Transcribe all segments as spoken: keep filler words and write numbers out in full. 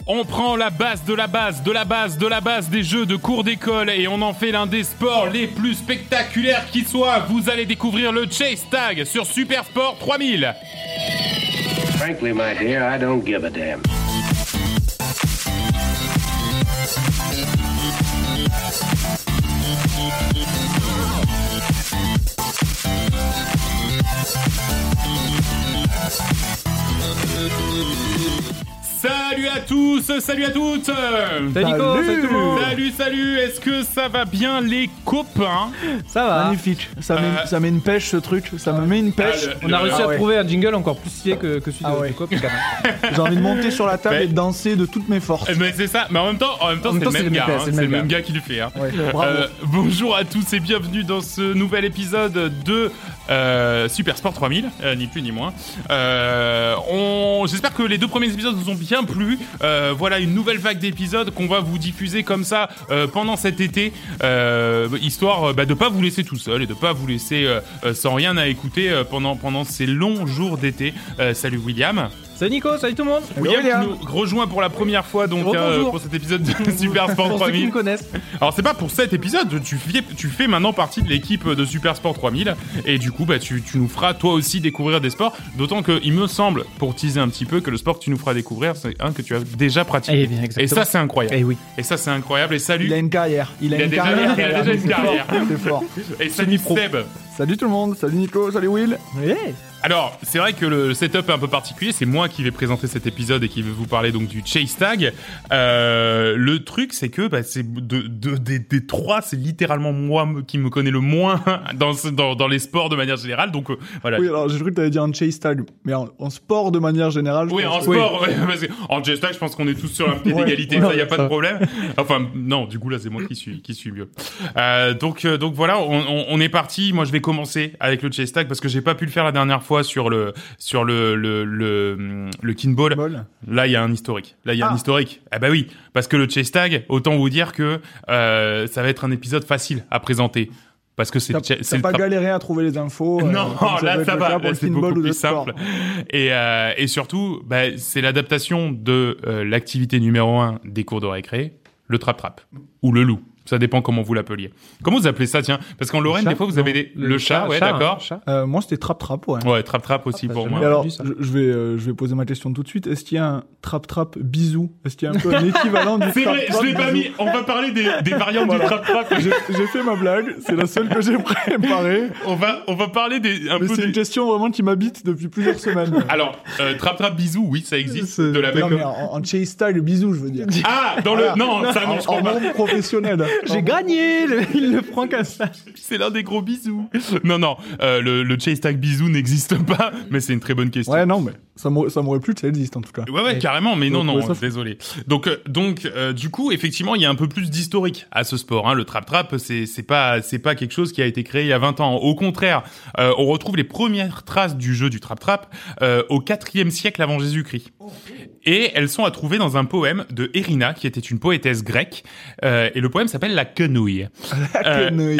On prend la base de la base, de la base, de la base des jeux de cours d'école et on en fait l'un des sports les plus spectaculaires qui soit. Vous allez découvrir le Chase Tag sur Super Sport trois mille. Frankly, my dear, I don't give a damn. Salut à tous, salut à toutes. Salut Nico, salut tout le monde. Salut, salut, est-ce que ça va bien les copains? Ça va. Magnifique, ça, Euh... met, ça met une pêche ce truc, ça me met une pêche. Ah, le, On a le, réussi ah, à ouais. trouver un jingle encore plus stylé que, que celui Ah de, ouais. de Coop, quand même. J'ai envie de monter sur la table Mais- et de danser de toutes mes forces. Mais c'est ça, mais en même temps, en même temps, En même c'est, temps, le c'est même le gars, même- hein, c'est le c'est le même même gars qui le fait. Hein. Ouais, bravo. Euh, bonjour à tous et bienvenue dans ce nouvel épisode de euh, Super Sport trois mille, euh, ni plus ni moins. Euh, on... J'espère que les deux premiers épisodes vous ont bien plu. Euh, voilà une nouvelle vague d'épisodes qu'on va vous diffuser comme ça euh, pendant cet été, euh, histoire euh, bah, de pas vous laisser tout seul et de pas vous laisser euh, euh, sans rien à écouter euh, pendant, pendant ces longs jours d'été. Euh, salut William. Salut Nico, salut tout le monde. William qui William. nous rejoint pour la première fois donc Oh, euh, bonjour. pour cet épisode de Super Sport Pour trois ceux qui mille. me connaissent. Alors c'est pas pour cet épisode, tu fais, tu fais maintenant partie de l'équipe de Super Sport trois mille et du coup bah tu, tu nous feras toi aussi découvrir des sports, d'autant que il me semble, pour teaser un petit peu, que le sport que tu nous feras découvrir c'est un que tu as déjà pratiqué. Eh bien, exactement. Et ça c'est incroyable. Eh oui. Et ça c'est incroyable et salut. Il a une carrière, il a, Il a une déjà- carrière. il a déjà une C'est carrière. fort, C'est fort. Et salut Semi-pro. Seb. Salut tout le monde, salut Nico, salut Will. Ouais. Alors, c'est vrai que le setup est un peu particulier, c'est moi qui vais présenter cet épisode et qui vais vous parler donc du Chase Tag. Euh, le truc, c'est que bah, c'est de, de, des, des trois, c'est littéralement moi me- qui me connais le moins dans, ce- dans, dans les sports de manière générale, donc euh, voilà. Oui, alors j'ai cru que t'allais dire un chase tag, mais en, en sport de manière générale. je Oui, pense en que- sport, ouais, parce que en Chase Tag, je pense qu'on est tous sur un pied Ouais. d'égalité, Ouais, ça, y a pas ça de va. problème. Enfin, non, du coup, là, c'est moi qui suis, qui suis mieux. Euh, donc, euh, donc voilà, on, on, on est parti. Moi, je vais commencer avec le Chase Tag parce que j'ai pas pu le faire la dernière fois sur le, sur le, le, le, le Kinball. Bol. Là, il y a un historique. Là, il y a Ah. un historique. Ah bah oui, parce que le Chase Tag, autant vous dire que euh, ça va être un épisode facile à présenter. Parce que c'est, T'as le cha- c'est t'as le pas tra- galéré à trouver les infos. euh, non, comme là peut être ça le va, cas pour là le c'est pinball beaucoup ou le plus sport. simple. Et, euh, et surtout, bah, c'est l'adaptation de euh, l'activité numéro un des cours de récré, le trap-trap, ou le loup. Ça dépend comment vous l'appeliez. Comment vous appelez ça, tiens? Parce qu'en Lorraine, chat des fois, vous avez des... le, chat, ouais, d'accord. hein, chat. Euh, moi, c'était trap-trap, ouais. Ouais, trap-trap aussi bah, pour j'aime moi. Et bien. alors, entendu ça. je, je vais, euh, je vais poser ma question tout de suite. Est-ce qu'il y a un trap-trap bisou? Est-ce qu'il y a un peu un équivalent du C'est vrai, trap-trap je l'ai pas bisou? mis. On va parler des, des variantes Voilà. du trap-trap. J'ai j'ai fait ma blague, c'est la seule que j'ai préparée. On va, on va parler des, un Mais peu c'est des... une question vraiment qui m'habite depuis plusieurs semaines. Alors, euh, trap-trap bisou, oui, ça existe. C'est- De la non, même... mais en, en chase style bisou, je veux dire. Ah, dans le... Voilà. Non, ça, non, je En crois pas. monde professionnel. J'ai gagné. le- Il le prend comme ça. C'est l'un des gros bisous. Non, non, euh, le, le Chase Tag bisou n'existe pas, mais c'est une très bonne question. Ouais, non, mais ça m'aurait ça m'aurait plu que ça existe en tout cas. Ouais, ouais, carrément, mais non, Donc, non, ouais, ça- désolé. Donc, euh, donc, euh, du coup, effectivement, il y a un peu plus d'historique à ce sport. Hein. Le trap-trap, c'est, c'est pas, c'est pas quelque chose qui a été créé il y a vingt ans. Au contraire, euh, on retrouve les premières traces du jeu du trap-trap euh, au quatrième siècle avant Jésus-Christ. Et elles sont à trouver dans un poème de Érina, qui était une poétesse grecque. Euh, et le poème s'appelle La Quenouille. Euh, Quenouille.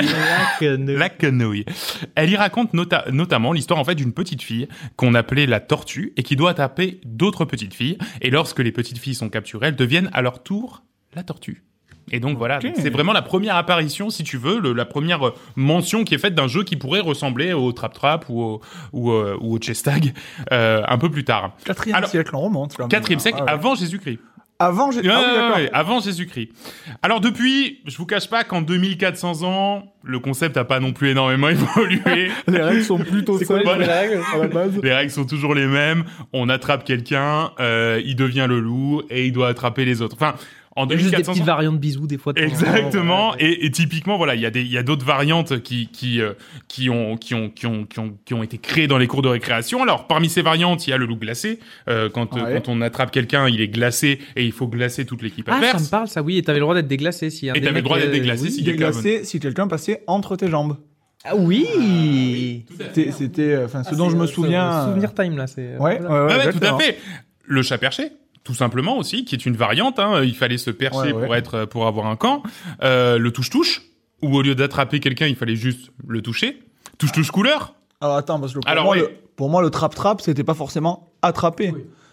La quenouille. Elle y raconte nota- notamment l'histoire en fait d'une petite fille qu'on appelait la tortue et qui doit taper d'autres petites filles. Et lorsque les petites filles sont capturées, elles deviennent à leur tour la tortue. Et donc voilà, Ok. c'est vraiment la première apparition, si tu veux, le- la première euh, mention qui est faite d'un jeu qui pourrait ressembler au Trap Trap ou au, ou, euh, ou au Chase Tag euh, un peu plus tard. Quatrième Alors, siècle, on remonte. quand même. Quatrième siècle Ah ouais. avant Jésus-Christ. Avant, j'ai. Ouais, Ah oui, ouais, d'accord. ouais, avant Jésus-Christ. Alors depuis, je vous cache pas qu'en deux mille quatre cents ans, le concept a pas non plus énormément évolué. Les règles sont plutôt C'est quoi les simples nouvelles règles à la base. Les règles sont toujours les mêmes. On attrape quelqu'un, euh, il devient le loup et il doit attraper les autres. Enfin, en Il y a juste des deux mille quatre cents petites ans. variantes bisous des fois. de temps en temps. Exactement. Ouais. Et, et typiquement, voilà, il y a des, il y a d'autres variantes qui, qui, euh, qui ont, qui ont, qui ont, qui ont, qui ont été créées dans les cours de récréation. Alors, parmi ces variantes, il y a le loup glacé. Euh, quand, euh, Ouais. quand on attrape quelqu'un, il est glacé et il faut glacer toute l'équipe Ah, ça adverse. me parle ça, oui. Et t'avais le droit d'être déglacé si un Et des t'avais le mecs, droit d'être euh, déglacé oui. si quelqu'un Déglacé si quelqu'un passait entre tes jambes. Ah oui. C'était, c'était, euh, enfin, ce Ah, dont c'est, je me euh, souviens. c'est- euh, Souvenir time là, c'est. Ouais, ouais, voilà. ouais, Ouais, ouais, tout à exactement. fait. Le chat perché. Tout simplement aussi, qui est une variante. Hein. Il fallait se percher Ouais, ouais. pour être, pour avoir un camp. Euh, le touche-touche, où au lieu d'attraper quelqu'un, il fallait juste le toucher. Touche-touche couleur. Alors attends, parce que pour, Alors, moi, oui. le, pour moi, le trap-trap, c'était pas forcément attraper. Oui.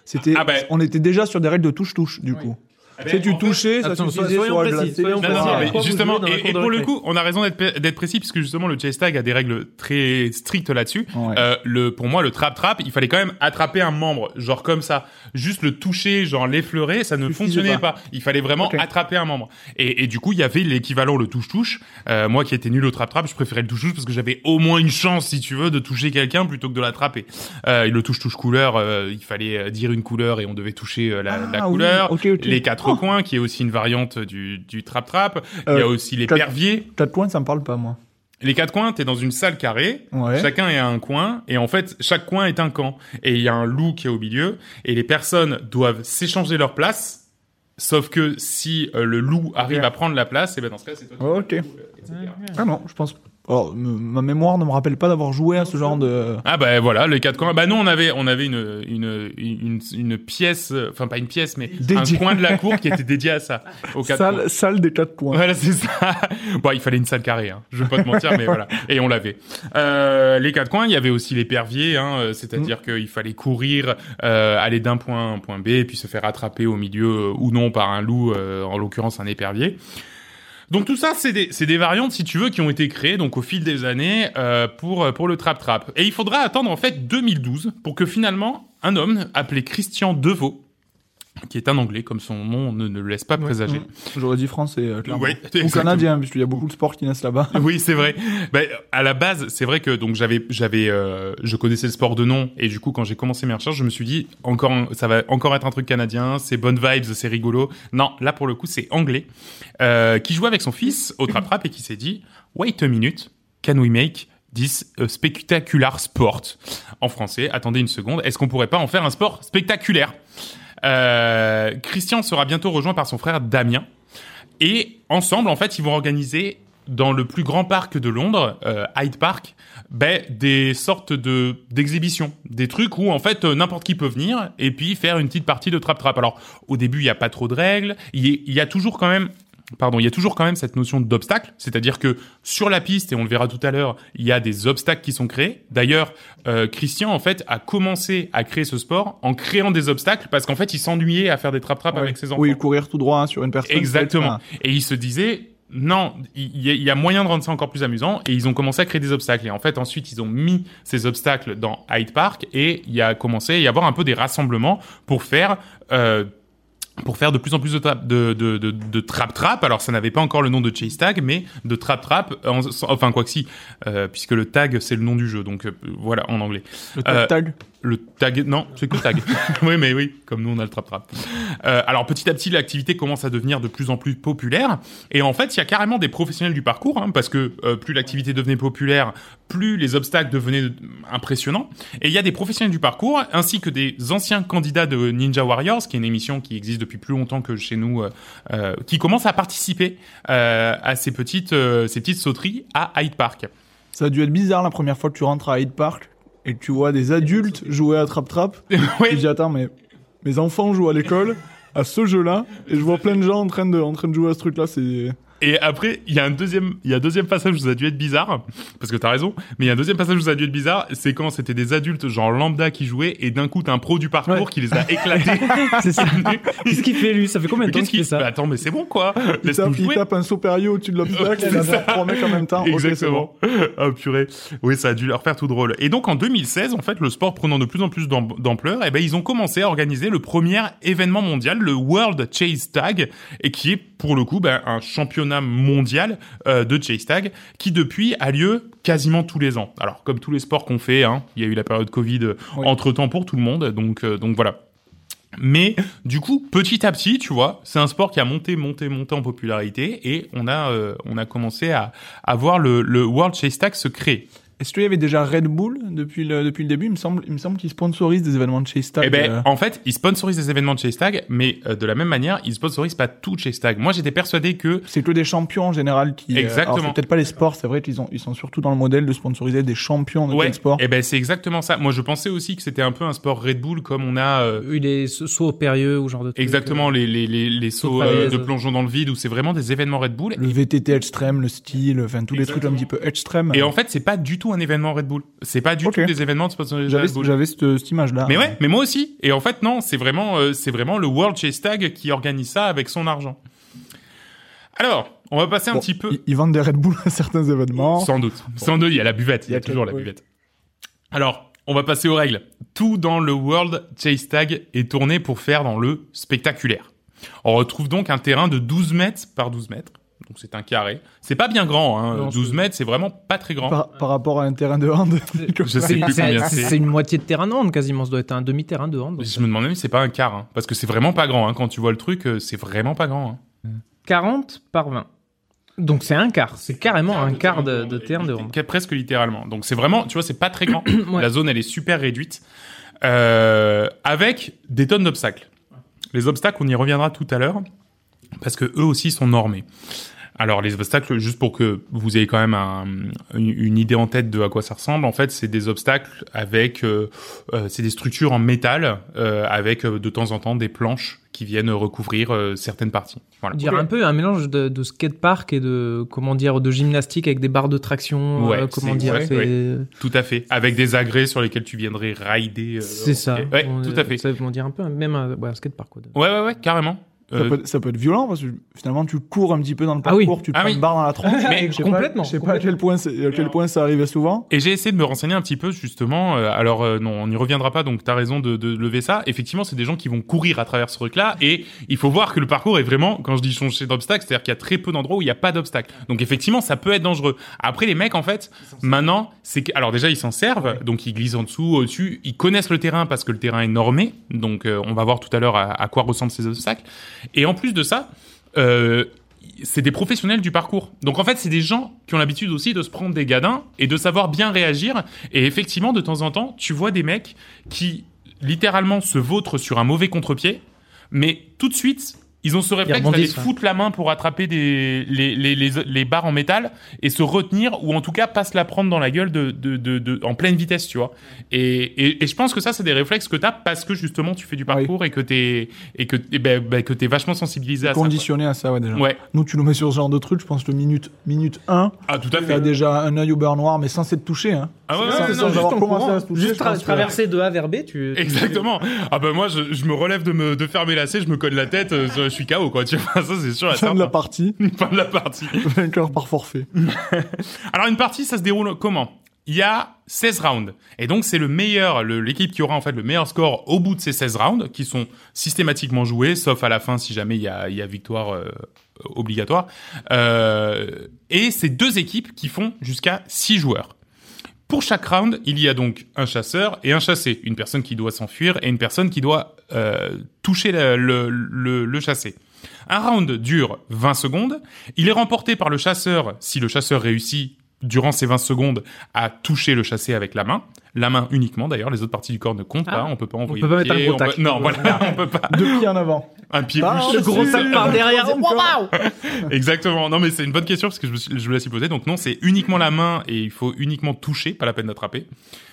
c'était, Ah bah- on était déjà sur des règles de touche-touche, du coup. Tu sais, tu touchais, ça Attends, suffisait soyons sur la précis, glacée. soyons Non, non, précis. non, à mais quoi vous justement, jouez dans la et, cour et de pour le récré. coup, on a raison d'être, d'être précis, puisque justement, le chase tag a des règles très strictes là-dessus. Ouais. Euh, le, pour moi, le trap-trap, il fallait quand même attraper un membre, genre comme ça. Juste le toucher, genre l'effleurer, ça ne Suffisait fonctionnait pas. pas. Il fallait vraiment Ok. attraper un membre. Et, et du coup, il y avait l'équivalent, le touche-touche. Euh, moi qui étais nul au trap-trap, je préférais le touche-touche parce que j'avais au moins une chance, si tu veux, de toucher quelqu'un plutôt que de l'attraper. Euh, et le touche-touche couleur, euh, il fallait euh, dire une couleur et on devait toucher euh, la, Ah, la oui, couleur. ok, ok. Les quatre Oh. coins, qui est aussi une variante du, du trap-trap. Il y a Euh, aussi les quatre- perviers. Quatre points, ça me parle pas, moi. Les quatre coins, t'es dans une salle carrée, Ouais. chacun est à un coin, et en fait, chaque coin est un camp. Et il y a un loup qui est au milieu, et les personnes doivent s'échanger leur place, sauf que si euh, le loup arrive Ok. à prendre la place, et ben dans ce cas, c'est toi qui Ok. et cetera. Ah non, je pense. Alors, me- ma mémoire ne me rappelle pas d'avoir joué à ce genre de. Ah bah voilà, les quatre coins. Bah nous, on avait, on avait une, une, une, une pièce, euh, enfin pas une pièce, mais Dédié. un coin de la cour qui était dédié à ça, aux quatre coins. Salle, salle des quatre points. Voilà, c'est ça. Bon, il fallait une salle carrée, hein. Je veux pas te mentir, mais voilà. Et on l'avait. Euh, les quatre coins, il y avait aussi les perviers, hein. euh, C'est-à-dire Mm. qu'il fallait courir, euh, aller d'un point à un point B, et puis se faire attraper au milieu euh, ou non par un loup, euh, en l'occurrence un épervier. Donc tout ça, c'est des, c'est des variantes, si tu veux, qui ont été créées donc au fil des années euh, pour pour le trap trap. Et il faudra attendre en fait deux mille douze pour que finalement un homme appelé Christian Deveau, qui est un Anglais, comme son nom ne, ne le laisse pas présager. Mmh. J'aurais dit français, euh, clairement. Ouais, Ou exactement. canadien, parce qu'il y a beaucoup de sports qui naissent là-bas. Oui, c'est vrai. Ben, à la base, c'est vrai que donc j'avais, j'avais, euh, je connaissais le sport de nom et du coup, quand j'ai commencé mes recherches, je me suis dit encore, un- ça va encore être un truc canadien, c'est bonnes vibes, c'est rigolo. Non, là pour le coup, c'est anglais euh, qui jouait avec son fils au trap trap et qui s'est dit, wait a minute, can we make this a spectacular sport en français? Attendez une seconde, est-ce qu'on pourrait pas en faire un sport spectaculaire? Euh, Christian sera bientôt rejoint par son frère Damien. Et ensemble, en fait, ils vont organiser dans le plus grand parc de Londres, euh, Hyde Park, ben, des sortes de d'exhibitions, des trucs où en fait euh, n'importe qui peut venir et puis faire une petite partie de trap trap. Alors au début, il y a pas trop de règles, il y, il y a toujours quand même Pardon, il y a toujours quand même cette notion d'obstacle, c'est-à-dire que sur la piste, et on le verra tout à l'heure, il y a des obstacles qui sont créés. D'ailleurs, euh, Christian, en fait, a commencé à créer ce sport en créant des obstacles parce qu'en fait, il s'ennuyait à faire des trap-trap Ouais. avec ses enfants. Oui, courir tout droit sur une personne. Exactement. c'est- Et il se disait, non, il y, a, il y a moyen de rendre ça encore plus amusant. Et ils ont commencé à créer des obstacles. Et en fait, ensuite, ils ont mis ces obstacles dans Hyde Park et il y a commencé à y avoir un peu des rassemblements pour faire... Euh, pour faire de plus en plus de trap, de, de, de, de trap trap. Alors, ça n'avait pas encore le nom de chase tag, mais de trap trap, en- enfin, quoi que si, euh, puisque le tag, c'est le nom du jeu. Donc, euh, voilà, en anglais. Le tag Euh, tag. Le tag, non, c'est que tag. oui, mais oui, comme nous on a le trap trap. Euh, alors petit à petit, l'activité commence à devenir de plus en plus populaire. Et en fait, il y a carrément des professionnels du parcours, hein, parce que euh, plus l'activité devenait populaire, plus les obstacles devenaient impressionnants. Et il y a des professionnels du parcours, ainsi que des anciens candidats de Ninja Warriors, qui est une émission qui existe depuis plus longtemps que chez nous, euh, euh, qui commencent à participer euh, à ces petites, euh, ces petites sauteries à Hyde Park. Ça a dû être bizarre la première fois que tu rentres à Hyde Park et que tu vois des adultes jouer à Trap Trap. Ouais. Tu dis, attends, mais mes enfants jouent à l'école à ce jeu-là et je vois plein de gens en train de, en train de jouer à ce truc-là. C'est. Et après, il y a un deuxième, il y a un deuxième passage où ça a dû être bizarre, parce que t'as raison, mais il y a un deuxième passage où ça a dû être bizarre, c'est quand c'était des adultes, genre lambda, qui jouaient, et d'un coup, t'as un pro du parcours Ouais. qui les a éclatés. C'est ça. Qu'est-ce qu'il fait lui? Ça fait combien de temps Qu'est-ce qu'il qu'il fait ça? Bah, attends, mais c'est bon, quoi. Il Laisse-nous tape, il jouer. tape un saut périlleux au-dessus de l'obstacle et il C'est a trois mecs en même temps. Ok, c'est Exactement. bon. Ah, purée. Oui, ça a dû leur faire tout drôle. Et donc, en deux mille seize, en fait, le sport prenant de plus en plus d'am- d'ampleur, eh ben, ils ont commencé à organiser le premier événement mondial, le World Chase Tag, et qui est, pour le coup, ben, un championnat mondial euh, de chase tag, qui depuis a lieu quasiment tous les ans. Alors, comme tous les sports qu'on fait, hein, il y a eu la période Covid euh, Oui. entre-temps pour tout le monde, donc, euh, donc voilà. Mais du coup, petit à petit, tu vois, c'est un sport qui a monté, monté, monté en popularité, et on a, euh, on a commencé à, à voir le, le World Chase Tag se créer. Est-ce qu'il y avait déjà Red Bull depuis le, depuis le début? Il me semble, il me semble qu'ils sponsorisent des événements de chase tag. Eh ben, euh. en fait, ils sponsorisent des événements de chase tag, mais euh, de la même manière, ils sponsorisent pas tout chase tag. Moi, j'étais persuadé que C'est que des champions en général qui. euh, Exactement. alors, c'est peut-être pas les sports, c'est vrai qu'ils ont, ils sont surtout dans le modèle de sponsoriser des champions de ouais, tel sport. eh ben c'est exactement ça. Moi, je pensais aussi que c'était un peu un sport Red Bull comme on a euh, Oui, les sauts au périlleux ou genre de trucs. exactement les les les, les sauts de euh, falaise. de plongeon dans le vide où c'est vraiment des événements Red Bull. Le V T T extrême, le style, enfin tous les trucs un petit peu extrêmes. Et en fait, c'est pas du tout tout un événement Red Bull. C'est pas du Ok. tout des événements de sponsorisés J'avais, Red Bull. j'avais cette, cette image-là. Mais ouais, mais moi aussi. Et en fait, non, c'est vraiment, euh, c'est vraiment le World Chase Tag qui organise ça avec son argent. Alors, on va passer un Bon, petit peu. Ils, ils vendent des Red Bull à certains événements. Sans doute. Sans doute, il y a la buvette. Il y a, Il y a toujours quel- la oui. buvette. Alors, on va passer aux règles. Tout dans le World Chase Tag est tourné pour faire dans le spectaculaire. On retrouve donc un terrain de douze mètres par douze mètres. Donc c'est un carré. C'est pas bien grand, hein. Non, douze c'est- mètres, c'est vraiment pas très grand. Par, par rapport à un terrain de hand. Je sais C'est plus c'est- combien c'est- c'est. c'est une moitié de terrain de hand quasiment. Ça doit être un demi-terrain de hand. Je me demande même si c'est pas un quart, hein, parce que c'est vraiment pas grand. Hein. Quand tu vois le truc, euh, c'est vraiment pas grand. Hein. quarante par vingt. Donc c'est un quart. C'est carrément un quart de, de terrain de hand. Qu- Presque littéralement. Donc c'est vraiment, tu vois, c'est pas très grand. Ouais. La zone, elle est super réduite. Euh, avec des tonnes d'obstacles. Les obstacles, on y reviendra tout à l'heure, parce que eux aussi sont normés. Alors les obstacles, juste pour que vous ayez quand même un, une, une idée en tête de à quoi ça ressemble, en fait, c'est des obstacles avec, euh, euh, c'est des structures en métal euh, avec euh, de temps en temps des planches qui viennent recouvrir euh, certaines parties. Voilà. On dirait un peu un mélange de, de skatepark et de comment dire de gymnastique avec des barres de traction. Ouais, euh, comment c'est- dire ouais, c'est ouais. Tout à fait. Avec des agrès sur lesquels tu viendrais rider. euh, c'est ça. ok. Ouais, On- tout à fait. Ça on dirait un peu un- même un, ouais, un skatepark quoi. de- Ouais, ouais, ouais, carrément. Ça, Euh, peut, ça peut être violent parce que finalement tu cours un petit peu dans le Ah oui. parcours, tu te Ah prends oui. une barre dans la tronche. Mais je sais complètement, Pas, je sais pas à quel point, c'est- à quel point ça arrivait souvent. Et j'ai essayé de me renseigner un petit peu justement. euh, alors euh, non, on n'y reviendra pas. Donc t'as raison de, de lever ça. Effectivement, c'est des gens qui vont courir à travers ce truc-là. Et il faut voir que le parcours est vraiment, quand je dis changer d'obstacle, c'est-à-dire qu'il y a très peu d'endroits où il n'y a pas d'obstacle. Donc effectivement, ça peut être dangereux. Après, les mecs, en fait, maintenant, c'est que, alors déjà ils s'en servent. Donc ils glissent en dessous, au-dessus. Ils connaissent le terrain parce que le terrain est normé. Donc euh, on va voir tout à l'heure à, à quoi ressemblent ces obstacles. Et en plus de ça. Euh, c'est des professionnels du parcours. Donc en fait, c'est des gens qui ont l'habitude aussi de se prendre des gadins et de savoir bien réagir. Et effectivement, de temps en temps, tu vois des mecs qui littéralement se vautrent sur un mauvais contre-pied, mais tout de suite, ils ont ce réflexe d'aller rebondissent, ouais. foutre la main pour attraper des, les, les, les, les barres en métal et se retenir, ou en tout cas pas se la prendre dans la gueule de, de, de, de, en pleine vitesse, tu vois. Et, et, et je pense que ça, c'est des réflexes que t'as parce que justement tu fais du parcours et que t'es, et que, et ben, ben, que t'es vachement sensibilisé à ça. Conditionné à ça, ouais, déjà. quoi. Ouais. Nous, tu nous mets sur ce genre de truc, je pense que minute, minute un, Ah, tout à t'as fait. déjà un œil au beurre noir, mais sans s'être touché. Hein. Ah ouais, ouais, sans, ouais, sans non, avoir en commencé courant, à se toucher. juste je tra- pense que- traverser de A vers B, tu. Exactement. Ah ben moi, je, je me relève de me de faire mes lacets, je me colle la tête, euh, je suis K O quoi. Tu vois, ça c'est sûr. et Fin de la certain. partie, Fin de la partie. vainqueur par forfait. Alors une partie, ça se déroule comment? Il y a seize rounds. Et donc c'est le meilleur, le- l'équipe qui aura en fait le meilleur score au bout de ces seize rounds, qui sont systématiquement joués, sauf à la fin si jamais il y a, il y a victoire euh, obligatoire. Euh, et c'est deux équipes qui font jusqu'à six joueurs. Pour chaque round, il y a donc un chasseur et un chassé. Une personne qui doit s'enfuir et une personne qui doit euh, toucher le, le, le, le chassé. Un round dure vingt secondes. Il est remporté par le chasseur si le chasseur réussit durant ces vingt secondes à toucher le chassé avec la main. La main uniquement d'ailleurs, les autres parties du corps ne comptent Ah. pas. On peut pas envoyer peut pas le mettre un pied, gros on peut- tac. Non, voilà, on peut pas. Deux pieds en avant. Un pied Ah, bouché. le gros tac par derrière. Troisième Waouh. Exactement. Non, mais c'est une bonne question parce que je me, suis, je me la suis posée. Donc non, c'est uniquement la main et il faut uniquement toucher, pas la peine d'attraper.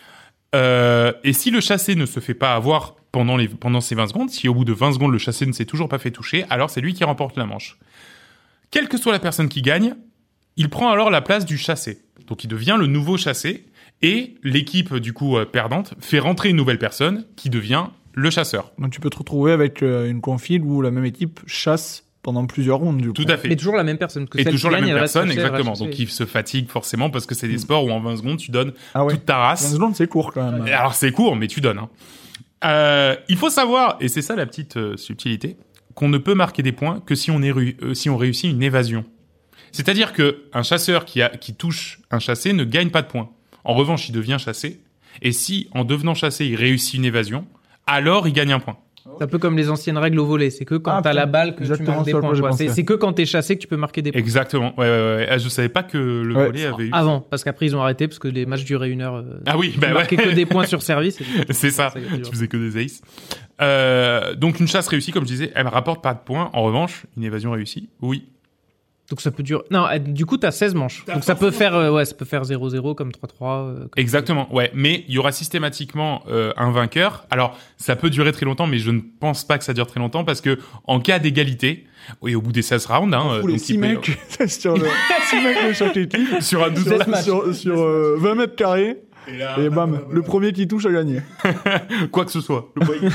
Euh, et si le chassé ne se fait pas avoir pendant, les, pendant ces vingt secondes, si au bout de vingt secondes le chassé ne s'est toujours pas fait toucher, alors c'est lui qui remporte la manche. Quelle que soit la personne qui gagne, il prend alors la place du chassé. Donc il devient le nouveau chassé et l'équipe du coup euh, perdante fait rentrer une nouvelle personne qui devient le chasseur. Donc tu peux te retrouver avec euh, une config où la même équipe chasse pendant plusieurs rounds. Du coup. Tout à fait. Mais toujours la même personne. Parce que Et celle toujours qui la gagne, même elle reste personne, chassée, elle exactement. reste Donc chassée. il se fatigue forcément parce que c'est des sports où en vingt secondes tu donnes Ah ouais. toute ta vingt race. secondes, c'est court quand même. Et alors c'est court, mais tu donnes. Hein. Euh, il faut savoir, et c'est ça la petite euh, subtilité, qu'on ne peut marquer des points que si on, est ru- euh, si on réussit une évasion. C'est-à-dire que un chasseur qui, a, qui touche un chassé ne gagne pas de points. En revanche, il devient chassé. Et si, en devenant chassé, il réussit une évasion, alors il gagne un point. C'est un peu comme les anciennes règles au volet. C'est que quand Ah, t'as la putain. balle que tu Exactement marques des ce à points. quoi j'ai quoi. pensé. C'est c'est que quand t'es chassé que tu peux marquer des points. Exactement. Ouais, ouais, ouais. Ah, je savais pas que le Ouais. volley avait eu. Avant, parce qu'après ils ont arrêté parce que les matchs duraient une heure. euh, Ah oui, tu bah marquais ouais. que des points sur service. et- C'est ça. Ça, il y a toujours. Tu faisais que des aces. Euh, donc une chasse réussie, comme je disais, elle rapporte pas de points. En revanche, une évasion réussie, oui. Donc ça peut durer. Non, euh, du coup, t'as seize manches. T'as Donc ça peut forcément- faire, euh, ouais, ça peut faire zéro zéro comme trois trois. euh, comme- Exactement, ouais. Mais il y aura systématiquement euh, un vainqueur. Alors, ça peut durer très longtemps, mais je ne pense pas que ça dure très longtemps parce que en cas d'égalité, et au bout des seize rounds, hein, euh, Ou les donc six il peut- mecs, sur le, six mecs de chaque équipe, sur un douze sur, sur, sur, euh, vingt mètres carrés, et, là, et bam, le premier qui touche a gagné. quoi que ce soit. Le premier-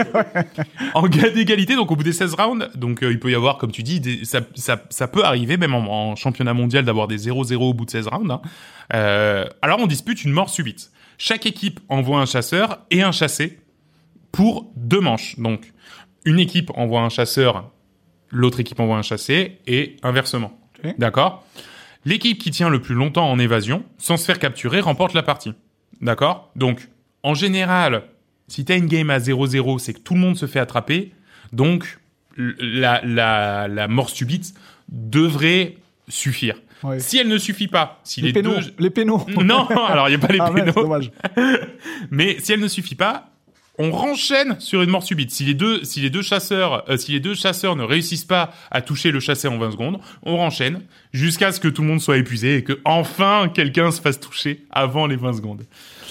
en cas d'égalité, donc au bout des seize rounds, donc euh, il peut y avoir, comme tu dis, des, ça, ça, ça peut arriver même en, en championnat mondial d'avoir des zéro zéro au bout de seize rounds. Hein. Euh, alors on dispute une mort subite. Chaque équipe envoie un chasseur et un chassé pour deux manches. Donc une équipe envoie un chasseur, l'autre équipe envoie un chassé et inversement. Ok. D'accord ? L'équipe qui tient le plus longtemps en évasion, sans se faire capturer, remporte la partie. D'accord ? Donc, en général, si t'as une game à zéro zéro, c'est que tout le monde se fait attraper. Donc, l- la, la, la mort subite devrait suffire. Ouais. Si elle ne suffit pas, si Les les, pénaux, deux... les pénaux. Non, alors il n'y a pas les Ah merde, pénaux. dommage. Mais si elle ne suffit pas, on renchaîne sur une mort subite. Si les deux, si les deux chasseurs, euh, si les deux chasseurs ne réussissent pas à toucher le chassé en vingt secondes, on renchaîne jusqu'à ce que tout le monde soit épuisé et que enfin quelqu'un se fasse toucher avant les vingt secondes.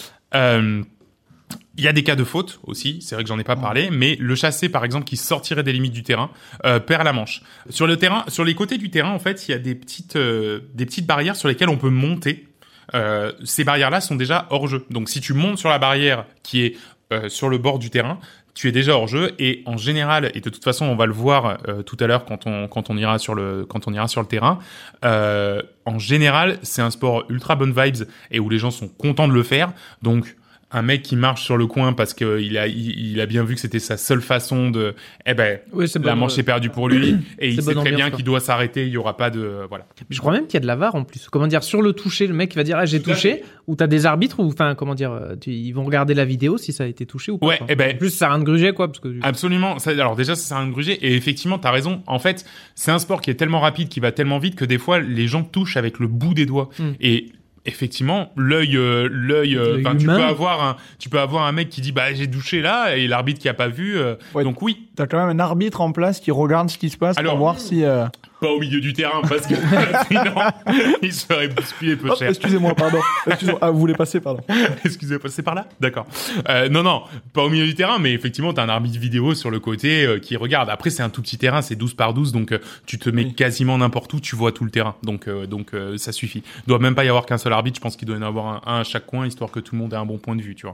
Euh, Il y a des cas de faute aussi, c'est vrai que j'en ai pas parlé, mais le chassé par exemple qui sortirait des limites du terrain euh, perd la manche. Sur le terrain, sur les côtés du terrain en fait, il y a des petites euh, des petites barrières sur lesquelles on peut monter. Euh, ces barrières-là sont déjà hors jeu. Donc si tu montes sur la barrière qui est euh, sur le bord du terrain, tu es déjà hors jeu et en général, et de toute façon on va le voir euh, tout à l'heure quand on quand on ira sur le quand on ira sur le terrain. Euh, en général, c'est un sport ultra bonne vibes et où les gens sont contents de le faire. Donc un mec qui marche sur le coin parce que il a il, il a bien vu que c'était sa seule façon de eh ben Oui, c'est la bon, manche euh, est perdue pour lui et il c'est sait bonne très ambiance, bien quoi. qu'il doit s'arrêter, il y aura pas de euh, voilà. Je crois même qu'il y a de la V A R en plus. Comment dire, sur le toucher, le mec qui va dire ah j'ai Tout à touché, ou t'as des arbitres ou enfin comment dire, euh, tu- ils vont regarder la vidéo si ça a été touché ou pas. Ouais, quoi. eh ben- En plus ça a rien de grugé quoi parce que. Absolument. Ça, alors déjà, ça sert à rien de gruger. Et effectivement, t'as raison. En fait, c'est un sport qui est tellement rapide, qui va tellement vite que des fois, les gens touchent avec le bout des doigts. Mm. Et effectivement, l'œil, euh, l'œil. euh, L'œil Enfin, tu humain. peux avoir un, tu peux avoir un mec qui dit bah j'ai touché là et l'arbitre qui a pas vu. euh, Ouais. Donc oui, T'as quand même un arbitre en place qui regarde ce qui se passe Alors- pour voir si... euh, pas au milieu du terrain parce que sinon il serait bousculé peu Hop, cher. excusez-moi, pardon. Excusez-moi. Ah, vous voulez passer, pardon. Excusez-moi, c'est par là. D'accord. Euh, non, non, pas au milieu du terrain, mais effectivement, t'as un arbitre vidéo sur le côté euh, qui regarde. Après, c'est un tout petit terrain, c'est douze par douze, donc euh, tu te mets Oui. quasiment n'importe où, tu vois tout le terrain. Donc, euh, donc euh, ça suffit. Il doit même pas y avoir qu'un seul arbitre. Je pense qu'il doit y en avoir un, un à chaque coin, histoire que tout le monde ait un bon point de vue, tu vois.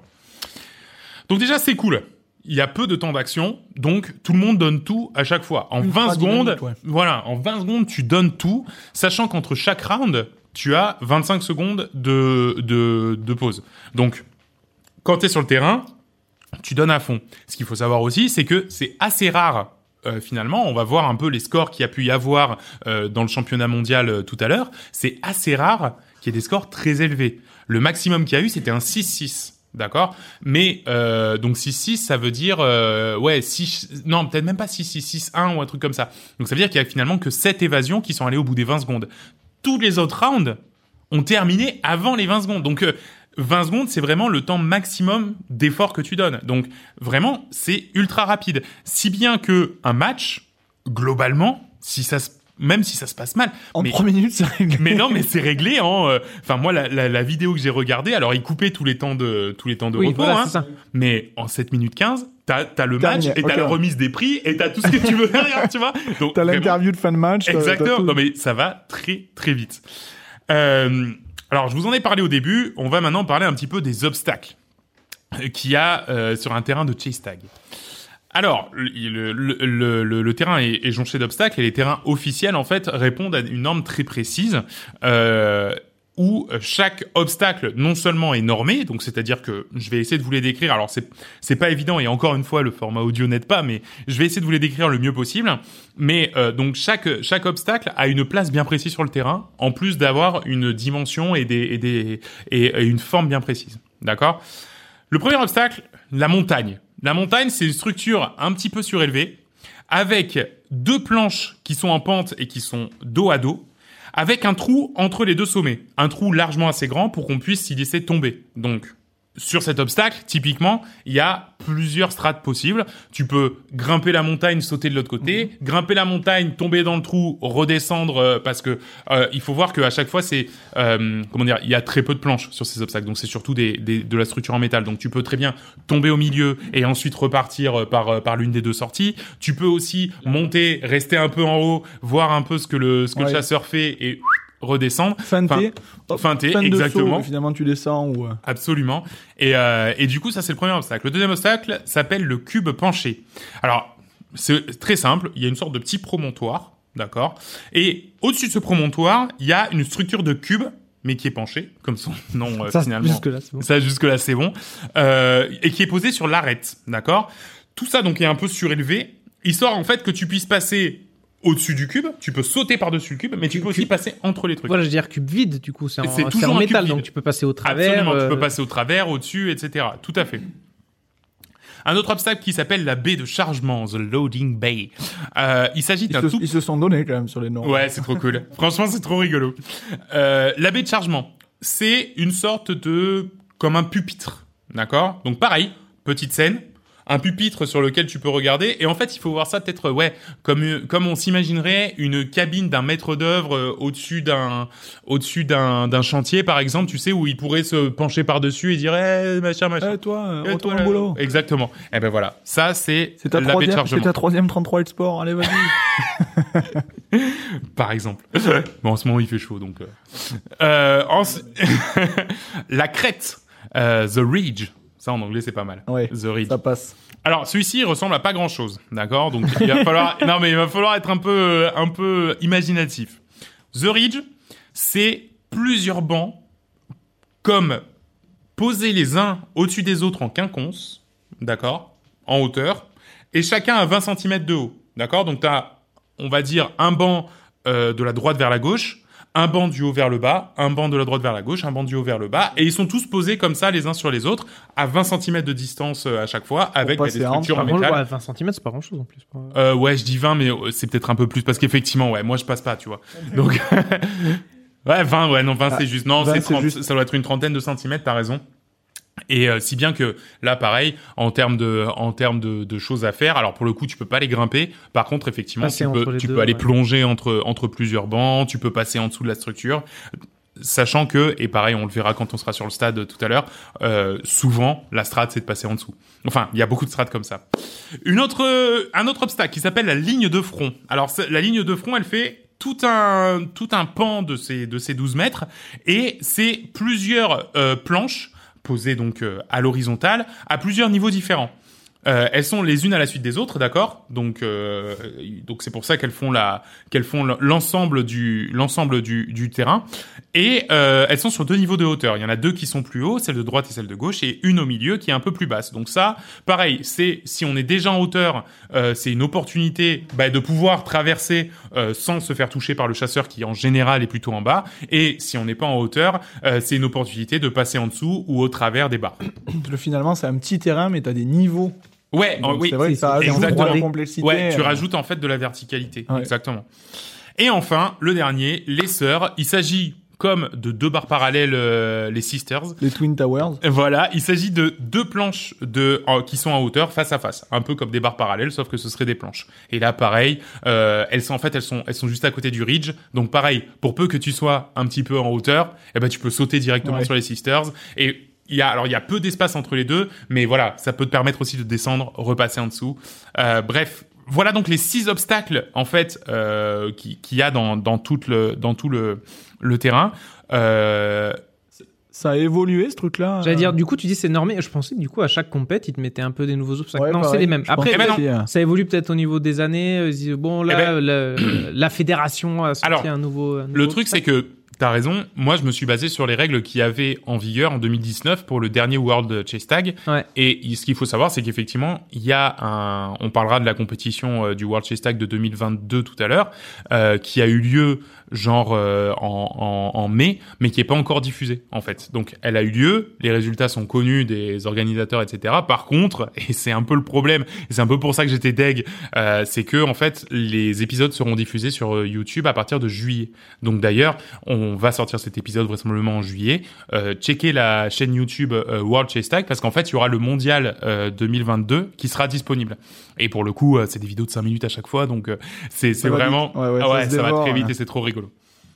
Donc déjà, c'est cool. Il y a peu de temps d'action, donc tout le monde donne tout à chaque fois. En Ultra vingt secondes, dynamique, ouais. voilà, en vingt secondes, tu donnes tout, sachant qu'entre chaque round, tu as vingt-cinq secondes de, de, de pause. Donc, quand t'es sur le terrain, tu donnes à fond. Ce qu'il faut savoir aussi, c'est que c'est assez rare. Euh, finalement, on va voir un peu les scores qu'il y a pu y avoir euh, dans le championnat mondial euh, tout à l'heure. C'est assez rare qu'il y ait des scores très élevés. Le maximum qu'il y a eu, c'était un six six. D'accord, mais euh, donc six six, ça veut dire euh, ouais six, non peut-être même pas six six, six un ou un truc comme ça. Donc ça veut dire qu'il y a finalement que sept évasions qui sont allées au bout des vingt secondes. Tous les autres rounds ont terminé avant les vingt secondes. Donc euh, vingt secondes, c'est vraiment le temps maximum d'effort que tu donnes. Donc vraiment, c'est ultra rapide. Si bien que un match, globalement, si ça se même si ça se passe mal. En mais, trois minutes, c'est réglé. mais non, mais c'est réglé. Hein. euh, Enfin, moi, la, la, la vidéo que j'ai regardée, alors il coupait tous les temps de tous les temps de Oui, repos, voilà, hein, c'est ça. mais en sept minutes quinze, t'as t'as le Terminé, match et t'as ok. la remise des prix et t'as tout ce que tu veux derrière, tu vois. Donc T'as vraiment, l'interview de fin de match. t'as- t'as exactement. tout. Non, mais ça va très très vite. Euh, alors, je vous en ai parlé au début. On va maintenant parler un petit peu des obstacles qu'il y a euh, sur un terrain de chase tag. Alors, le, le, le, le, le terrain est, est jonché d'obstacles et les terrains officiels, en fait, répondent à une norme très précise euh, où chaque obstacle, non seulement est normé, donc c'est-à-dire que je vais essayer de vous les décrire. Alors, c'est c'est pas évident et encore une fois, le format audio n'aide pas, mais je vais essayer de vous les décrire le mieux possible. Mais euh, donc, chaque, chaque obstacle a une place bien précise sur le terrain, en plus d'avoir une dimension et, des, et, des, et, et une forme bien précise. D'accord ? Le premier obstacle, la montagne. La montagne, c'est une structure un petit peu surélevée, avec deux planches qui sont en pente et qui sont dos à dos, avec un trou entre les deux sommets. Un trou largement assez grand pour qu'on puisse s'y laisser tomber. Donc, sur cet obstacle, typiquement, il y a plusieurs strates possibles. Tu peux grimper la montagne, sauter de l'autre côté, mmh. grimper la montagne, tomber dans le trou, redescendre, euh, parce que euh, il faut voir qu'à chaque fois, c'est euh, comment dire, il y a très peu de planches sur ces obstacles, donc c'est surtout des, des de la structure en métal. Donc tu peux très bien tomber au milieu et ensuite repartir par par l'une des deux sorties. Tu peux aussi monter, rester un peu en haut, voir un peu ce que le ce que ouais. le chasseur fait et redescendre, feinter, enfin, feinter, exactement. Saut, finalement, tu descends ou. Absolument. Et euh, et du coup, ça c'est le premier obstacle. Le deuxième obstacle s'appelle le cube penché. Alors, c'est très simple. Il y a une sorte de petit promontoire, d'accord. Et au-dessus de ce promontoire, il y a une structure de cube, mais qui est penchée, comme son nom euh, ça, finalement. Jusque là, c'est bon. Ça jusque là, c'est bon. Euh, et qui est posée sur l'arête, d'accord. Tout ça donc est un peu surélevé, histoire en fait que tu puisses passer au-dessus du cube, tu peux sauter par-dessus le cube, mais tu peux aussi passer entre les trucs. Voilà, je veux dire cube vide, du coup, c'est en, c'est c'est en métal, donc vide. tu peux passer au travers. Absolument, euh... tu peux passer au travers, au-dessus, et cetera. Tout à fait. Un autre obstacle qui s'appelle la baie de chargement, the loading bay. Euh, il s'agit d'un ils se, tout... Ils se sont donnés quand même sur les noms. Ouais, c'est trop cool. Franchement, c'est trop rigolo. Euh, la baie de chargement, c'est une sorte de... comme un pupitre, d'accord ? Donc pareil, petite scène, un pupitre sur lequel tu peux regarder, et en fait il faut voir ça peut-être ouais comme comme on s'imaginerait une cabine d'un maître d'œuvre euh, au-dessus d'un au-dessus d'un d'un chantier par exemple, tu sais, où il pourrait se pencher par dessus et dire eh machin machin. Eh toi, eh, retourne toi, au boulot. Exactement. Et eh ben voilà, ça c'est, c'est ta la baie de chargement. C'est ta troisième trente-trois Sport, allez vas-y. Par exemple. Bon, en ce moment il fait chaud donc. Euh, euh en... la crête, euh, the ridge. Ça, en anglais, c'est pas mal. Ouais, The Ridge. Ça passe. Alors, celui-ci, il ressemble à pas grand-chose, d'accord ? Donc, il va falloir, non, mais il va falloir être un peu, un peu imaginatif. The Ridge, c'est plusieurs bancs, comme posés les uns au-dessus des autres en quinconce, d'accord ? En hauteur, et chacun à vingt centimètres de haut, d'accord ? Donc, t'as, on va dire, un banc euh, de la droite vers la gauche, un banc du haut vers le bas, un banc de la droite vers la gauche, un banc du haut vers le bas, et ils sont tous posés comme ça les uns sur les autres, à vingt centimètres de distance à chaque fois, avec bah, des structures en métal. Ouais, vingt centimètres, c'est pas grand chose en plus. Euh, ouais, je dis vingt, mais c'est peut-être un peu plus, parce qu'effectivement, ouais, moi je passe pas, tu vois. Donc, ouais, vingt, ouais, non, vingt ah, c'est juste. Non, c'est trente, juste... ça doit être une trentaine de centimètres, t'as raison. Et euh, si bien que là, pareil, en termes de, en termes de, de choses à faire. Alors pour le coup, tu peux pas les grimper. Par contre, effectivement, passer tu peux, tu deux, peux aller ouais. plonger entre entre plusieurs bancs. Tu peux passer en dessous de la structure, sachant que, et pareil, on le verra quand on sera sur le stade tout à l'heure. Euh, souvent, la strate, c'est de passer en dessous. Enfin, il y a beaucoup de strates comme ça. Une autre, un autre obstacle qui s'appelle la ligne de front. Alors la ligne de front, elle fait tout un tout un pan de ces de ces douze mètres, et c'est plusieurs euh, planches posées donc euh, à l'horizontale, à plusieurs niveaux différents. Euh, elles sont les unes à la suite des autres, d'accord ? Donc, euh, donc c'est pour ça qu'elles font la, qu'elles font l'ensemble du, l'ensemble du, du terrain. Et euh, elles sont sur deux niveaux de hauteur. Il y en a deux qui sont plus hauts, celle de droite et celle de gauche, et une au milieu qui est un peu plus basse. Donc ça, pareil, c'est si on est déjà en hauteur, euh, c'est une opportunité bah, de pouvoir traverser euh, sans se faire toucher par le chasseur qui en général est plutôt en bas. Et si on n'est pas en hauteur, euh, c'est une opportunité de passer en dessous ou au travers des barres. Finalement, c'est un petit terrain, mais t'as des niveaux. Ouais, donc, oui, c'est vrai que ça ajoute exactement. de la complexité. Ouais, tu euh... rajoutes en fait de la verticalité, ouais. Exactement. Et enfin, le dernier, les sœurs. Il s'agit comme de deux barres parallèles, euh, les sisters. Les Twin Towers. Voilà, il s'agit de deux planches de euh, qui sont en hauteur face à face, un peu comme des barres parallèles, sauf que ce seraient des planches. Et là, pareil, euh, elles sont en fait, elles sont, elles sont juste à côté du ridge. Donc pareil, pour peu que tu sois un petit peu en hauteur, eh ben tu peux sauter directement ouais. sur les sisters. Et Il y a, alors il y a peu d'espace entre les deux, mais voilà, ça peut te permettre aussi de descendre, repasser en dessous. Euh, bref, voilà donc les six obstacles en fait euh, qui qu'il y a dans dans tout le dans tout le le terrain. Euh, ça a évolué ce truc-là. J'allais dire, du coup, tu dis c'est normé. Je pensais que du coup, à chaque compète, ils te mettaient un peu des nouveaux obstacles. Ouais, non, pareil, c'est les mêmes. Après, eh ben non. ça évolue peut-être au niveau des années. Bon, là, eh ben, la, la fédération a sorti alors, un nouveau. Un nouveau le truc, obstacle. c'est que t'as raison. Moi, je me suis basé sur les règles qu'il y avait en vigueur en deux mille dix-neuf pour le dernier World Chase Tag. Ouais. Et ce qu'il faut savoir, c'est qu'effectivement, il y a un. On parlera de la compétition euh, du World Chase Tag de deux mille vingt-deux tout à l'heure, euh, qui a eu lieu genre euh, en, en, en mai, mais qui est pas encore diffusée en fait. Donc, elle a eu lieu. Les résultats sont connus des organisateurs, et cetera. Par contre, et c'est un peu le problème, et c'est un peu pour ça que j'étais deg, euh, c'est que en fait, les épisodes seront diffusés sur YouTube à partir de juillet. Donc d'ailleurs, on on va sortir cet épisode vraisemblablement en juillet, euh, checkez la chaîne YouTube euh, World Chase Tag parce qu'en fait, il y aura le mondial euh, deux mille vingt-deux qui sera disponible. Et pour le coup, euh, c'est des vidéos de cinq minutes à chaque fois, donc euh, c'est, c'est vraiment... Ouais, ouais, ah ouais, ça, ça va dévore, très vite ouais. et c'est trop rigolo.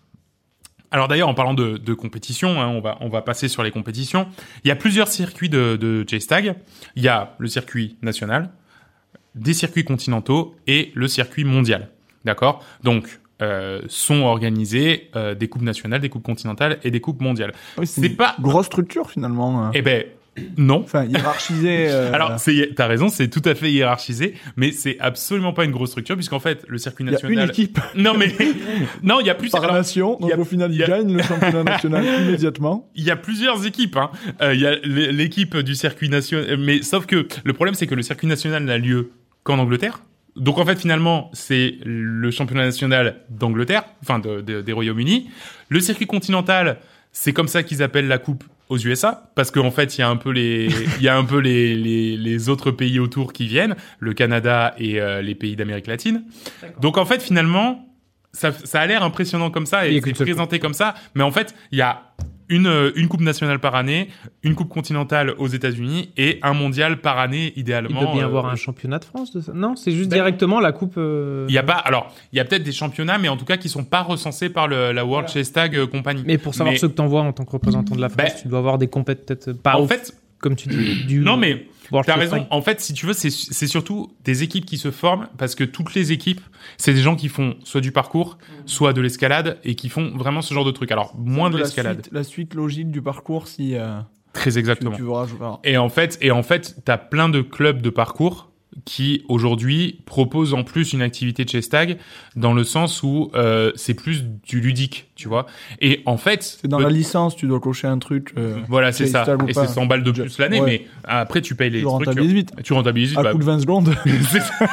Alors d'ailleurs, en parlant de, de compétition, hein, on va on va passer sur les compétitions. Il y a plusieurs circuits de, de Chase Tag. Il y a le circuit national, des circuits continentaux et le circuit mondial. D'accord ? Donc euh, sont organisés euh, des coupes nationales, des coupes continentales et des coupes mondiales. Oui, c'est C'est une pas grosse structure finalement. hein. Eh ben non. Enfin, hiérarchisé. euh, Alors, c'est, t'as raison, c'est tout à fait hiérarchisé, mais c'est absolument pas une grosse structure puisqu'on fait le circuit Il y a national. une équipe Non mais non, il y a plus. par alors, nation, il y donc a- au final, il il y a- gagne le championnat national immédiatement. Il y a plusieurs équipes. Hein. Euh, il y a l- l'équipe du circuit national, mais sauf que le problème c'est que le circuit national n'a lieu qu'en Angleterre. Donc en fait finalement c'est le championnat national d'Angleterre, enfin de, de- des Royaumes-Unis. Le circuit continental, c'est comme ça qu'ils appellent la coupe aux U S A, parce qu'en fait il y a un peu les, il y a un peu les, les les autres pays autour qui viennent, le Canada et euh, les pays d'Amérique latine. Donc en fait finalement ça, ça a l'air impressionnant comme ça Il y et a qu'une c'est seule présenté comme ça, mais en fait il y a une euh, une coupe nationale par année, une coupe continentale aux États-Unis et un mondial par année Il idéalement. doit bien y euh, avoir un championnat de France de ça. Non, c'est juste Ben- directement la coupe. euh, Il y a pas, alors il y a peut-être des championnats, mais en tout cas qui sont pas recensés par le, la World Chase Tag euh, Company. Mais pour savoir Mais- ceux que t'envoies en tant que représentant de la France, Ben- tu dois avoir des compètes peut-être pas En au- fait, comme tu dis. Du non mais World t'as Chase raison. Tag. En fait, si tu veux, c'est c'est surtout des équipes qui se forment parce que toutes les équipes, c'est des gens qui font soit du parcours, soit de l'escalade et qui font vraiment ce genre de truc. Alors moins de la l'escalade, suite, la suite logique du parcours si euh, très tu, exactement. tu veux rajouter. alors, Et en fait, et en fait, t'as plein de clubs de parcours qui aujourd'hui proposent en plus une activité de chase tag dans le sens où euh, c'est plus du ludique, tu vois. Et en fait, C'est dans peut- la licence, tu dois cocher un truc. euh, voilà, c'est chase ça. tag ou Et pas. c'est cent balles de plus l'année, Ouais. mais après tu payes les Tu structures. rentabilises vite. Tu rentabilises vite. À bah, coup de vingt secondes. c'est ça.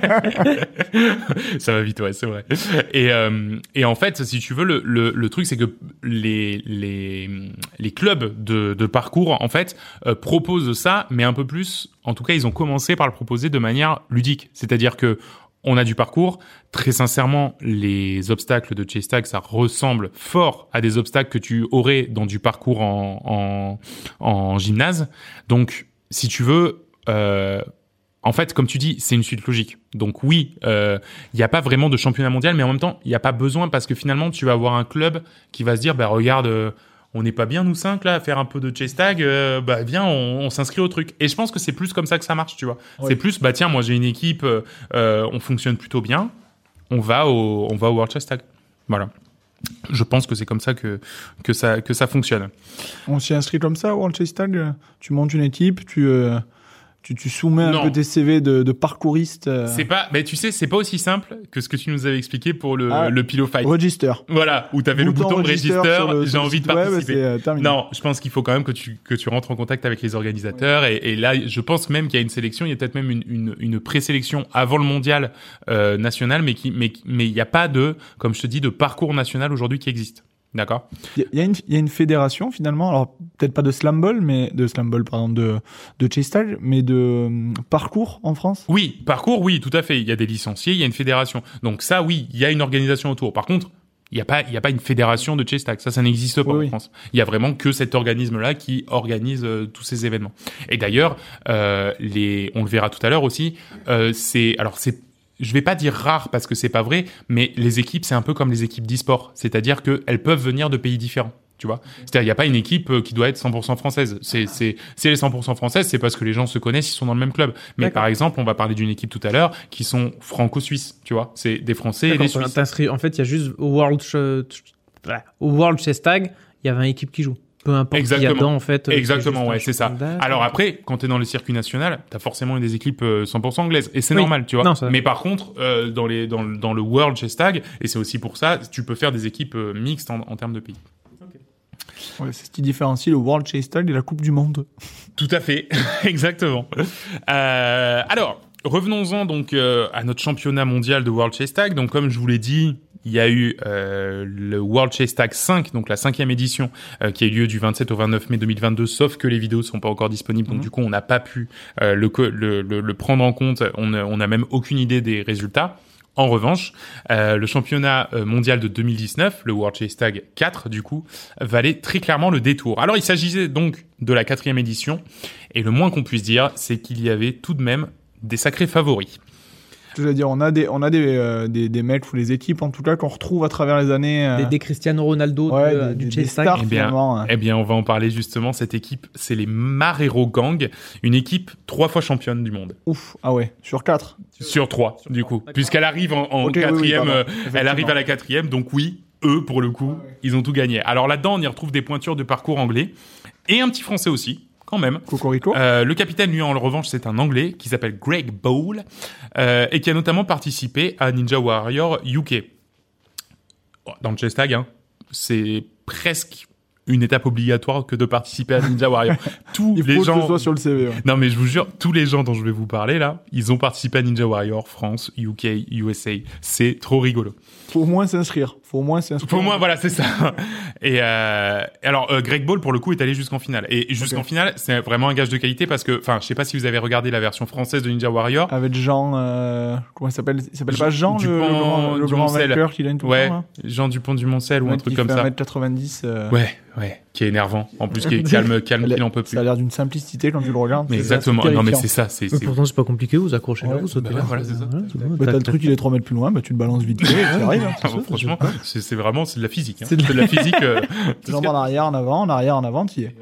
Ça va vite, ouais, c'est vrai. Et euh, et en fait, si tu veux, le le, le truc, c'est que les les les clubs de de parcours, en fait, euh, proposent ça, mais un peu plus. En tout cas, ils ont commencé par le proposer de manière ludique, c'est-à-dire que on a du parcours. Très sincèrement, les obstacles de chase tag, ça ressemble fort à des obstacles que tu aurais dans du parcours en en, en gymnase. Donc, si tu veux. Euh, En fait, comme tu dis, c'est une suite logique. Donc oui, il euh, n'y a pas vraiment de championnat mondial, mais en même temps, il n'y a pas besoin parce que finalement, tu vas avoir un club qui va se dire, bah regarde, euh, on n'est pas bien nous cinq là à faire un peu de chase tag, euh, bah viens, on, on s'inscrit au truc. Et je pense que c'est plus comme ça que ça marche, tu vois. Ouais. C'est plus, bah tiens, moi j'ai une équipe, euh, euh, on fonctionne plutôt bien, on va au, on va au World Chase Tag. Voilà. Je pense que c'est comme ça que que ça que ça fonctionne. On s'y inscrit comme ça, World Chase Tag. euh, Tu montes une équipe, tu, euh, tu, tu soumets Non. un peu tes C V de, de parcouriste. euh, C'est pas, mais tu sais, c'est pas aussi simple que ce que tu nous avais expliqué pour le Ah. le Pillow Fight. Register. Voilà, où t'avais le bouton register, sur le- j'ai sur le envie de site web, participer. c'est, euh, terminé. Non, je pense qu'il faut quand même que tu que tu rentres en contact avec les organisateurs et, et là, je pense même qu'il y a une sélection, il y a peut-être même une une, une présélection avant le mondial euh, national, mais qui mais mais il y a pas de, comme je te dis, de parcours national aujourd'hui qui existe. D'accord. Il y, a- il y a une, il y a une fédération finalement, alors peut-être pas de slam ball, mais de slam ball pardon, de de chase tag, mais de euh, parcours en France. Oui, parcours, oui, tout à fait. Il y a des licenciés, il y a une fédération. Donc ça, oui, il y a une organisation autour. Par contre, il y a pas, il y a pas une fédération de chase tag. Ça, ça n'existe pas Oui, en oui. France. Il y a vraiment que cet organisme-là qui organise euh, tous ces événements. Et d'ailleurs, euh, les, on le verra tout à l'heure aussi. Euh, c'est, alors c'est je vais pas dire rare parce que c'est pas vrai, mais les équipes, c'est un peu comme les équipes d'e-sport. C'est-à-dire qu'elles peuvent venir de pays différents. Tu vois, c'est-à-dire il y a pas une équipe qui doit être cent pour cent française. C'est c'est c'est les cent pour cent françaises, c'est parce que les gens se connaissent, ils sont dans le même club. Mais D'accord. par exemple, on va parler d'une équipe tout à l'heure qui sont franco-suisses, tu vois, c'est des Français et D'accord, des Suisses. t'inscris- En fait, il y a juste au World, Ch- Ch- au World Chase Tag, il y a vingt équipes qui jouent. Peu importe qui il y a Exactement. dedans, en fait. euh, Exactement, juste un ouais, c'est ça. championnat. Alors après, quand t'es dans le circuit national, t'as forcément des équipes euh, cent pour cent anglaises, et c'est Oui. normal, tu vois. Non, ça- Mais par contre, euh, dans les dans le dans le World Chase Tag, et c'est aussi pour ça, tu peux faire des équipes euh, mixtes en, en termes de pays. Ouais, c'est ce qui différencie le World Chase Tag et la Coupe du Monde. Tout à fait, exactement. Euh, alors, revenons-en donc euh, à notre championnat mondial de World Chase Tag. Donc, comme je vous l'ai dit, il y a eu euh, le World Chase Tag cinq, donc la cinquième édition, euh, qui a eu lieu du vingt-sept au vingt-neuf mai deux mille vingt-deux, sauf que les vidéos sont pas encore disponibles, donc Mhm. du coup, on n'a pas pu euh, le, co- le, le, le prendre en compte. On n'a on a même aucune idée des résultats. En revanche, euh, le championnat mondial de deux mille dix-neuf, le World Chase Tag quatre, du coup, valait très clairement le détour. Alors, il s'agissait donc de la quatrième édition, et le moins qu'on puisse dire, c'est qu'il y avait tout de même des sacrés favoris. Je veux dire, on a des, on a des, euh, des, des mecs ou des équipes, en tout cas, qu'on retrouve à travers les années. Euh... Des, des Cristiano Ronaldo ouais, de, des, du des, Chase des stars, Tag. Eh bien, finalement. eh bien, on va en parler justement. Cette équipe, c'est les Marrero Gang, une équipe trois fois championne du monde. Ouf, ah ouais, sur quatre. Sur trois, sur du coup. Puisqu'elle arrive en, en okay, quatrième, oui, oui, euh, elle arrive à la quatrième, donc oui, eux, pour le coup, ils ont tout gagné. Alors là-dedans, on y retrouve des pointures de parcours anglais, et un petit français aussi. Quand même. Cocorico. Euh, le capitaine, lui, en revanche, c'est un Anglais qui s'appelle Greg Bowl euh, et qui a notamment participé à Ninja Warrior U K. Dans le chess tag, hein, c'est presque une étape obligatoire que de participer à Ninja Warrior. Tous Il faut les que gens. ce soit sur le C V. Ouais. Non, mais je vous jure, tous les gens dont je vais vous parler là, ils ont participé à Ninja Warrior France, U K, U S A. C'est trop rigolo. Faut au moins s'inscrire. Faut au moins s'inscrire. Faut au moins, voilà, c'est ça. Et euh, alors, euh, Greg Ball, pour le coup, est allé jusqu'en finale. Et jusqu'en okay. finale, c'est vraiment un gage de qualité parce que, enfin, je sais pas si vous avez regardé la version française de Ninja Warrior. Avec Jean, euh, comment il s'appelle? Il s'appelle pas Jean, Dupont, le, le grand, le grand vainqueur qui gagne tout ouais, le temps, là. Jean Dupont du Moncel ou un truc comme ça. un mètre quatre-vingt-dix. Euh... Ouais, ouais, qui est énervant. En plus, qui est calme, calme, il en peut plus. Ça a l'air d'une simplicité quand tu le regardes. Mais exactement. Non, mais c'est ça, c'est. Mais pourtant, c'est pas compliqué. Vous accrochez là, ouais, vous sautez bah, là. Voilà, c'est ça. Voilà, c'est bon, bah, tac, t'as le tac, truc, il est trois mètres plus loin, bah tu le balances vite fait, ça arrive. Hein, ah, bon, franchement, c'est, c'est vraiment, c'est de la physique. Hein. C'est de la, c'est de la physique. Euh, Jambes en arrière, en avant, en arrière, en avant, tu y es.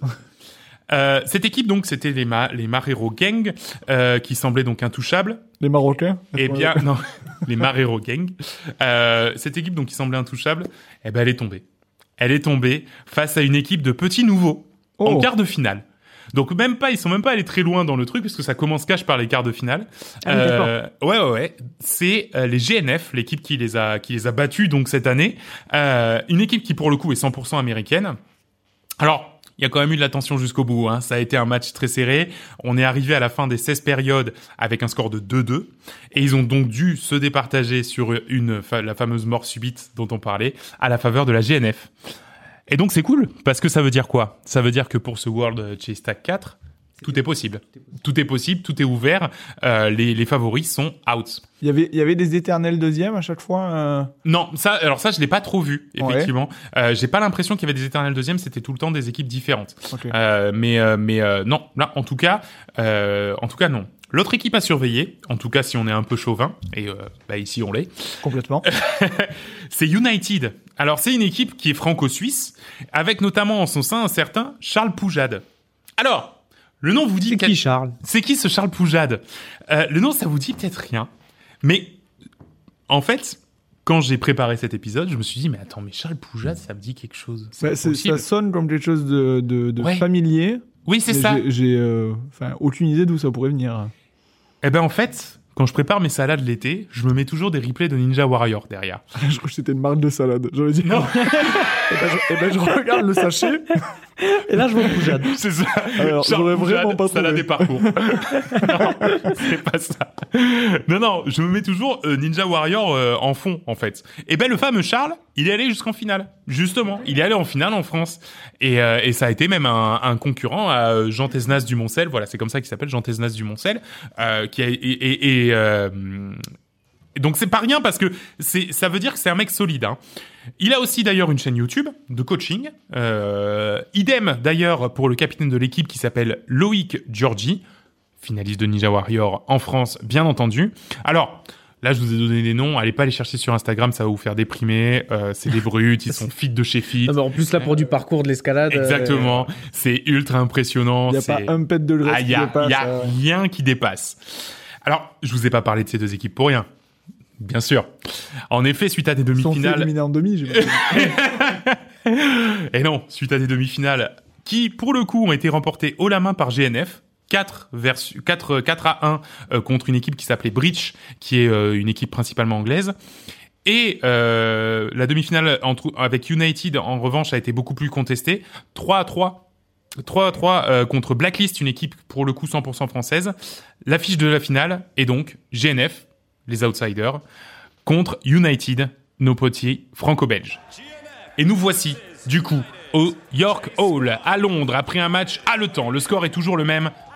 Euh, cette équipe, donc, c'était les, ma- les Marrero Gang, euh, qui semblaient donc intouchables. Les Marocains? Eh bien, non, les Marrero Gang. Euh, cette équipe, donc, qui semblait intouchable, eh ben, elle est tombée. Elle est tombée face à une équipe de petits nouveaux, oh. en quart de finale. Donc, même pas, ils sont même pas allés très loin dans le truc, parce que ça commence cash par les quarts de finale. Ah, oui, euh, ouais, ouais, ouais. C'est euh, les G N F, l'équipe qui les a, qui les a battus, donc, cette année. Euh, une équipe qui, pour le coup, est cent pour cent américaine. Alors, il y a quand même eu de la tension jusqu'au bout, hein. Ça a été un match très serré. On est arrivé à la fin des seize périodes avec un score de deux deux. Et ils ont donc dû se départager sur une, la fameuse mort subite dont on parlait, à la faveur de la G N F. Et donc c'est cool, parce que ça veut dire quoi? Ça veut dire que pour ce World Chase Tag quatre, tout est possible. Tout est possible, tout est ouvert. Euh, les, les favoris sont out. Il y avait, il y avait des éternels deuxièmes à chaque fois. Euh... Non, ça, alors ça, je l'ai pas trop vu, effectivement. Ouais. Euh, j'ai pas l'impression qu'il y avait des éternels deuxièmes. C'était tout le temps des équipes différentes. Okay. Euh, mais, euh, mais euh, non, là, en tout cas, euh, en tout cas, non. L'autre équipe à surveiller, en tout cas si on est un peu chauvin, et euh, bah ici on l'est. Complètement. C'est United. Alors c'est une équipe qui est franco-suisse, avec notamment en son sein un certain Charles Poujade. Alors, le nom vous dit... C'est qui Charles? C'est qui ce Charles Poujade? euh, Le nom, ça vous dit peut-être rien. Mais, en fait, quand j'ai préparé cet épisode, je me suis dit, mais attends, mais Charles Poujade, ça me dit quelque chose. C'est bah, c'est, ça sonne comme quelque chose de, de, de ouais. familier. Oui, c'est ça. J'ai, j'ai euh, aucune idée d'où ça pourrait venir. Eh ben, en fait... Quand je prépare mes salades l'été, je me mets toujours des replays de Ninja Warrior derrière. Je crois que c'était une marque de salade. J'aurais dit non. et, ben je, et ben je regarde le sachet. Et là, je vois Poujade. C'est ça. Alors, j'aurais vraiment pas salade et parcours. Non, c'est pas ça. Non, non, je me mets toujours euh, Ninja Warrior euh, en fond, en fait. Et ben, le fameux Charles, il est allé jusqu'en finale. Justement, il est allé en finale en France. Et, euh, et ça a été même un, un concurrent à Jean Tesnas du Moncel. Voilà, c'est comme ça qu'il s'appelle, Jean Tesnas du Moncel, euh, qui a et, et, et euh, donc c'est pas rien parce que c'est, ça veut dire que c'est un mec solide. Hein. Il a aussi d'ailleurs une chaîne YouTube de coaching. Euh, idem d'ailleurs pour le capitaine de l'équipe qui s'appelle Loïc Giorgi, finaliste de Ninja Warrior en France, bien entendu. Alors là, je vous ai donné des noms. Allez pas les chercher sur Instagram, ça va vous faire déprimer. Euh, c'est des brutes, ils sont fit de chez fit. Ah bah en plus là pour du parcours de l'escalade. Exactement. Euh... C'est ultra impressionnant. Il y a c'est... pas un pet de graisse ah, qui y a, dépasse. Il y a euh... rien qui dépasse. Alors, je vous ai pas parlé de ces deux équipes pour rien. Bien sûr. En effet, suite à des demi-finales... Ils sont fait éliminer en demi, j'imagine. Et non, suite à des demi-finales qui, pour le coup, ont été remportées haut la main par G N F, quatre, versus, quatre, quatre à un euh, contre une équipe qui s'appelait Breach, qui est euh, une équipe principalement anglaise. Et euh, la demi-finale entre, avec United, en revanche, a été beaucoup plus contestée. trois à trois. trois à trois euh, contre Blacklist, une équipe pour le coup cent pour cent française. L'affiche de la finale est donc G N F, les outsiders, contre United, nos potiers franco-belges. Et nous voici, du coup, au York Hall, à Londres, après un match haletant. Le score est toujours le même,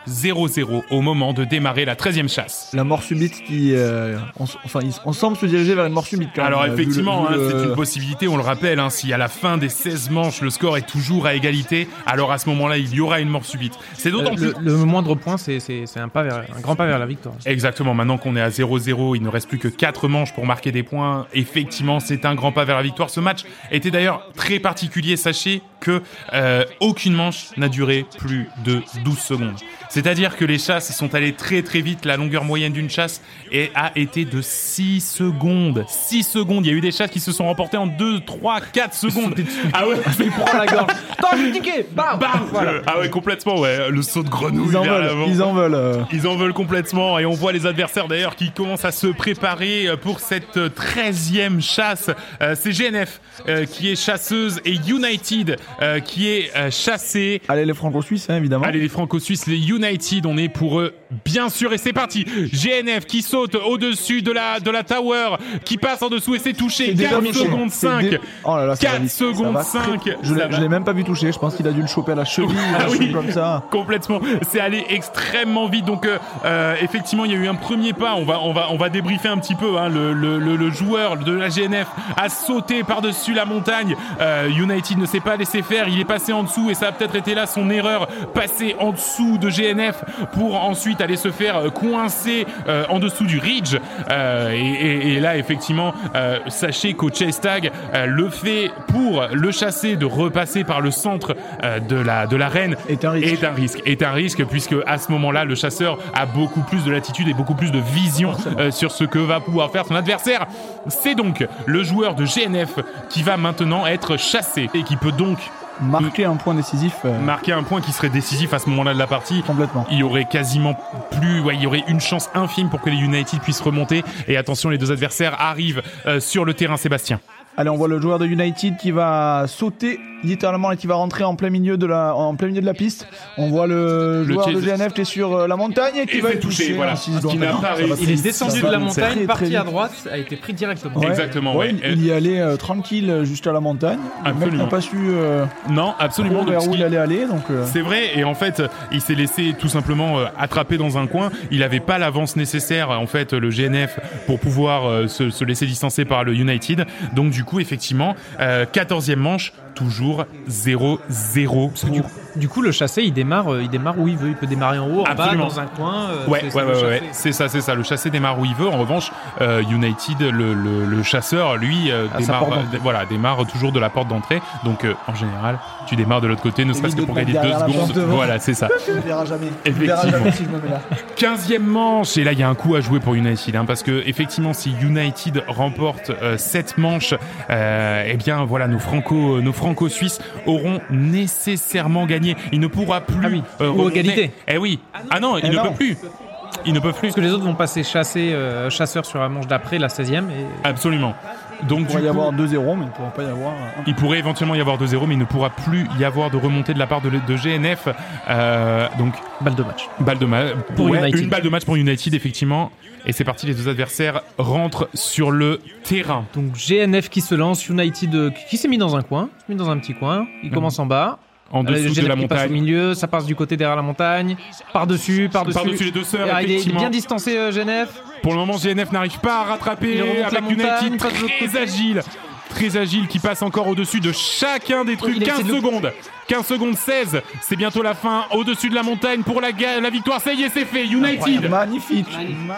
zéro zéro au moment de démarrer la treizième chasse. La mort subite qui, euh, on, enfin, il- on semble se diriger vers une mort subite. Quand Alors même, effectivement, vu le- vu hein, le- c'est une possibilité, on le rappelle, hein, si à la fin des seize manches, le score est toujours à égalité, alors à ce moment-là, il y aura une mort subite. C'est d'autant Euh, plus... le, le moindre point, c'est, c'est, c'est un, pas vers, un grand pas vers la victoire. Exactement, maintenant qu'on est à zéro zéro, il ne reste plus que quatre manches pour marquer des points. Effectivement, c'est un grand pas vers la victoire. Ce match était d'ailleurs très particulier. Sachez que euh, aucune manche n'a duré plus de douze secondes. C'est-à-dire que les chasses sont allées très très vite. La longueur moyenne d'une chasse est- a été de six secondes. six secondes. Il y a eu des chasses qui se sont remportées en deux, trois, quatre secondes. Ah ouais, Il prend la gorge. Attends, je ticket. Bam, bam, voilà. Ah ouais, complètement, ouais. Le saut de grenouille Ils en vers veulent, l'avant. ils en veulent. euh. Ils en veulent complètement et on voit les adversaires d'ailleurs qui commencent à se préparer pour cette treizième chasse. Euh, c'est G N F euh, qui est chasseuse et United euh, qui est euh, chassée. Allez, les franco-suisses, hein, évidemment. Allez les franco-suisses, les United, on est pour eux bien sûr et c'est parti. G N F qui saute au-dessus de la, de la tower, qui passe en dessous et c'est touché. C'est quatre déterminé. secondes C'est cinq. dé- Oh là là, ça va quatre vite. Ça secondes va très- cinq. Je l'ai, Ça va. je l'ai même pas vu toucher. Je pense qu'il a dû le choper à la cheville, Ah un oui. truc comme ça. Complètement, c'est allé extrêmement vite. Donc euh, euh, effectivement, il y a eu un premier pas. On va, on va, on va débriefer un petit peu. Hein. Le, le, le, le joueur de la G N F a sauté par-dessus la montagne. Euh, United ne s'est pas laissé faire. Il est passé en dessous et ça a peut-être été là son erreur. Passer en dessous de G N F pour ensuite aller se faire euh, coincer euh, en dessous du ridge. Euh, et, et, et là, effectivement, euh, sachez qu'au chase tag, euh, le fait pour le chasser de repasser par le centre euh, de la de l'arène Est un risque. est un risque, est un risque puisque à ce moment-là, le chasseur a beaucoup plus de latitude et beaucoup plus de vision euh, sur ce que va pouvoir faire son adversaire. C'est donc le joueur de G N F qui va maintenant être chassé et qui peut donc Marquer un point décisif. euh, marquer un point qui serait décisif à ce moment-là de la partie. Complètement. Il y aurait quasiment plus, ouais, il y aurait une chance infime pour que les United puissent remonter. Et attention, les deux adversaires arrivent euh, sur le terrain, Sébastien. Allez, on voit le joueur de United qui va sauter littéralement et qui va rentrer en plein milieu de la, en plein milieu de la piste. On voit le, Le joueur chase- de G N F qui est sur euh, la montagne et qui Et va c'est être touché, touché. voilà. en six Parce qu'il secondes. n'a pas Ça va réussi. très Il est vite, descendu ça de va la très, montagne, très parti vite. à droite, a été pris directement. Ouais. Exactement, ouais. il, il y allait euh, tranquille euh, jusqu'à la montagne. Le mec Absolument. n'a pas su euh, Non, absolument. vers Donc, où ce il qui- allait aller. Donc, euh, C'est vrai, et en fait, il s'est laissé tout simplement euh, attraper dans un coin. Il n'avait pas l'avance nécessaire, en fait, le G N F, pour pouvoir euh, se, se laisser distancer par le United. Donc, du coup, effectivement, euh, quatorzième manche, toujours zéro zéro. Parce que du, coup- du coup, le chassé, il démarre, euh, il démarre où il veut. Il peut démarrer en haut, en Absolument. bas, dans un coin. euh, Ouais, c'est- ouais, c'est le ouais, ouais, chassé. ouais. c'est ça, c'est ça. Le chassé démarre où il veut. En revanche, euh, United, le, le, le chasseur, lui, euh, À sa démarre, porte d'entrée. euh, voilà, démarre toujours de la porte d'entrée. Donc, euh, en général, tu démarres de l'autre côté, ne serait-ce que de pour te gagner mettre deux derrière la secondes. porte devant. Voilà, c'est ça. on ne verra jamais. On ne verra Effectivement. jamais si je me mets là. quinzième manche, et là il y a un coup à jouer pour United, hein, parce que effectivement si United remporte euh, cette manche, euh, eh bien voilà, nos franco, nos franco-suisses auront nécessairement gagné. Il ne pourra plus Ah oui. euh, Ou remonter. égalité. Eh oui. Ah non, il Eh ne non. peut plus. Ils ne peuvent plus. Parce que les autres vont passer chasser, euh, chasseur sur la manche d'après, la seizième. Et... Absolument. Donc Il du pourrait y coup, avoir deux zéro, mais il ne pourra pas y avoir. un. il pourrait éventuellement y avoir deux zéro, mais il ne pourra plus y avoir de remontée de la part de, de G N F. Euh, donc Balle de match. balle de match Pour ouais, United. une balle de match pour United effectivement. Et c'est parti, les deux adversaires rentrent sur le terrain. Donc G N F qui se lance, United euh, qui s'est mis dans un coin, s'est mis dans un petit coin. Il commence en bas. En Allez, le dessous G de N F la qui passe au montagne. milieu, ça passe du côté derrière la montagne, par-dessus, par-dessus. Par-dessus les deux sœurs, Ah, il est- il est effectivement. bien distancé, euh, G N F. Pour le moment, G N F n'arrive pas à Il rattraper remonte la avec montagne, United passe de l'autre très côté. agile. Très agile, qui passe encore au-dessus de chacun des trucs. Il a essayé quinze de le- secondes. quinze secondes seize. C'est bientôt la fin. Au-dessus de la montagne pour la, ga- la victoire. Ça y est, c'est fait. United. Magnifique.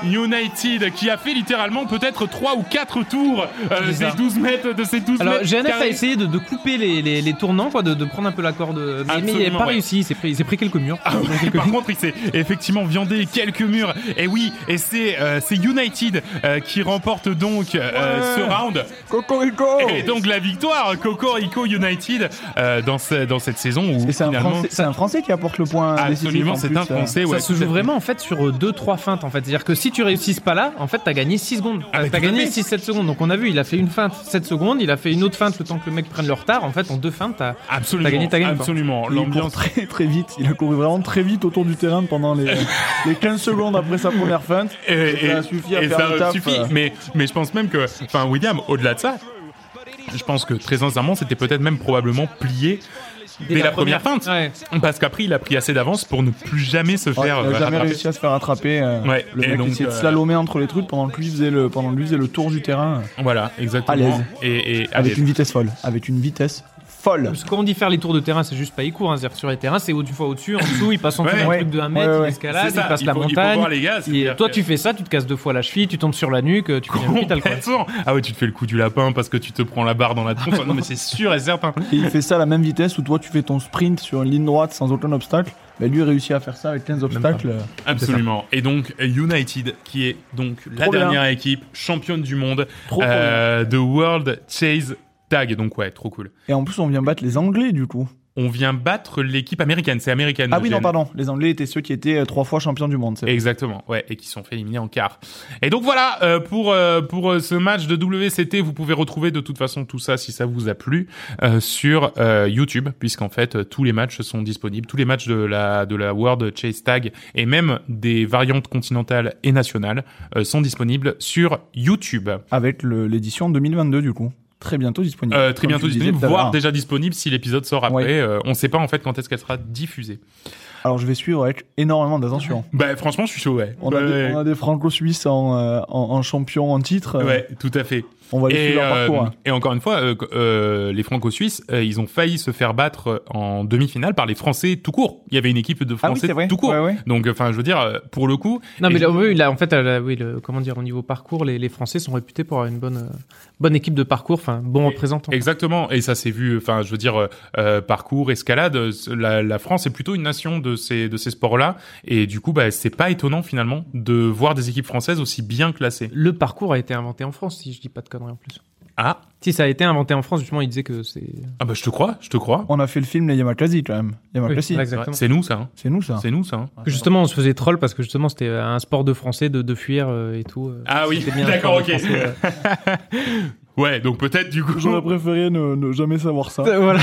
United qui a fait littéralement peut-être trois ou quatre tours euh, C'est des ça. douze mètres de ces douze Alors mètres. G N F a carrés. essayé de, de couper les, les, les tournants, quoi, de, de prendre un peu la corde, mais, mais il n'a Absolument, pas ouais. réussi. Il s'est pris, il s'est pris quelques murs. Ah ouais, par contre, il s'est effectivement viandé quelques murs. Et oui, et c'est euh, c'est United euh, qui remporte donc euh, Ouais. ce round. Cocorico. Et donc la victoire, Cocorico United euh, dans, ce, dans cette saison où Et c'est un, finalement, Français, c'est un Français qui apporte le point décisif. absolument, en c'est plus, un euh. Français. Ça Ouais, se tout à joue fait. vraiment en fait sur deux trois feintes en fait. C'est-à-dire que si tu réussis pas là, en fait t'as gagné six secondes. Ah, mais t'as tout à gagné fait. six sept secondes. Donc on a vu, il a fait une feinte sept secondes, il a fait une autre feinte le temps que le mec prenne le retard. En fait en deux feintes t'as Absolument, T'as gagné, t'as gagné, quoi. absolument. Il court L'ambiance. très très vite. Il a couru vraiment très vite autour du terrain pendant les, les quinze secondes après sa première feinte. Et, Et et- ça suffit à et faire ça le taf, suffit. euh. Mais, mais je pense même que, enfin, William, au-delà de ça, je pense que très sincèrement, c'était peut-être même probablement plié dès, dès la, la première feinte. Ouais. Parce qu'après, il a pris assez d'avance pour ne plus jamais se faire. Ouais, il n'a jamais rattraper. réussi à se faire attraper. Euh, ouais. Le et mec donc, essayait de euh... slalomer entre les trucs pendant que lui faisait le, pendant que lui faisait le tour du terrain. Voilà, exactement. À l'aise. Et, et, avec une vitesse folle. Avec une vitesse folle. Parce que quand on dit faire les tours de terrain, c'est juste pas il court. Hein. C'est-à-dire sur les terrains, c'est une fois au-dessus, en dessous, il passe en dessous ouais, d'un ouais. truc de un mètre, ouais, ouais. il escalade, il passe il la faut, montagne. Il faut voir les gars, et toi, que... tu fais ça, tu te casses deux fois la cheville, tu tombes sur la nuque, tu fais un hôpital. Ah ouais, tu te fais le coup du lapin parce que tu te prends la barre dans la tronche. Non, mais c'est sûr et certain. Et il fait ça à la même vitesse où toi, tu fais ton sprint sur une ligne droite sans aucun obstacle. Bah, lui réussit à faire ça avec quinze obstacles. Absolument. Et donc United, qui est donc la Trop dernière bien. équipe championne du monde Trop euh, de World Chase Tag. Donc ouais, trop cool. Et en plus, on vient battre les Anglais du coup. On vient battre l'équipe américaine. C'est américaine. Ah oui, G N. non, pardon. Les Anglais étaient ceux qui étaient euh, trois fois champions du monde. C'est vrai. Exactement, ouais, et qui se sont fait éliminer en quart. Et donc voilà, euh, pour euh, pour euh, ce match de W C T, vous pouvez retrouver de toute façon tout ça, si ça vous a plu, euh, sur euh, YouTube, puisqu'en fait euh, tous les matchs sont disponibles, tous les matchs de la de la World Chase Tag et même des variantes continentales et nationales euh, sont disponibles sur YouTube. Avec le, l'édition deux mille vingt-deux du coup. Très bientôt disponible. Euh, très bientôt disponible, voire déjà disponible si l'épisode sort après. Ouais. Euh, on ne sait pas en fait quand est-ce qu'elle sera diffusée. Alors je vais suivre avec énormément d'attention. Bah franchement, je suis chaud, ouais. On, ouais, a, des, ouais. on a des franco-suisses en, euh, en, en champion en titre. Ouais, tout à fait. On va les suivre leur euh, parcours. Hein. Et encore une fois, euh, euh, les Franco-Suisses, euh, ils ont failli se faire battre en demi-finale par les Français tout court. Il y avait une équipe de Français ah oui, tout court. Ouais, ouais. Donc, enfin, je veux dire, euh, pour le coup. Non, mais je... là, oui, là, en fait, là, oui, le, comment dire, au niveau parcours, les, les Français sont réputés pour avoir une bonne, euh, bonne équipe de parcours, enfin, bon représentant. Exactement. Et ça s'est vu, enfin, je veux dire, euh, parcours, escalade. La, la France est plutôt une nation de ces, de ces sports-là. Et du coup, bah, c'est pas étonnant finalement de voir des équipes françaies aussi bien classées. Le parcours a été inventé en France, si je dis pas de conneries en plus. Ah. Si ça a été inventé en France, justement, il disait que c'est. Ah bah je te crois, je te crois. On a fait le film les Yamakasi quand même. Yamakasi. Oui, exactement. C'est nous ça. Hein. C'est nous ça. C'est nous ça. Hein. Que justement, on se faisait troll parce que justement, c'était un sport de Français de, de fuir euh, et tout. Euh, ah oui, bien d'accord, ok. Français, euh... ouais, donc peut-être du coup. J'aurais préféré ne, ne jamais savoir ça. Voilà.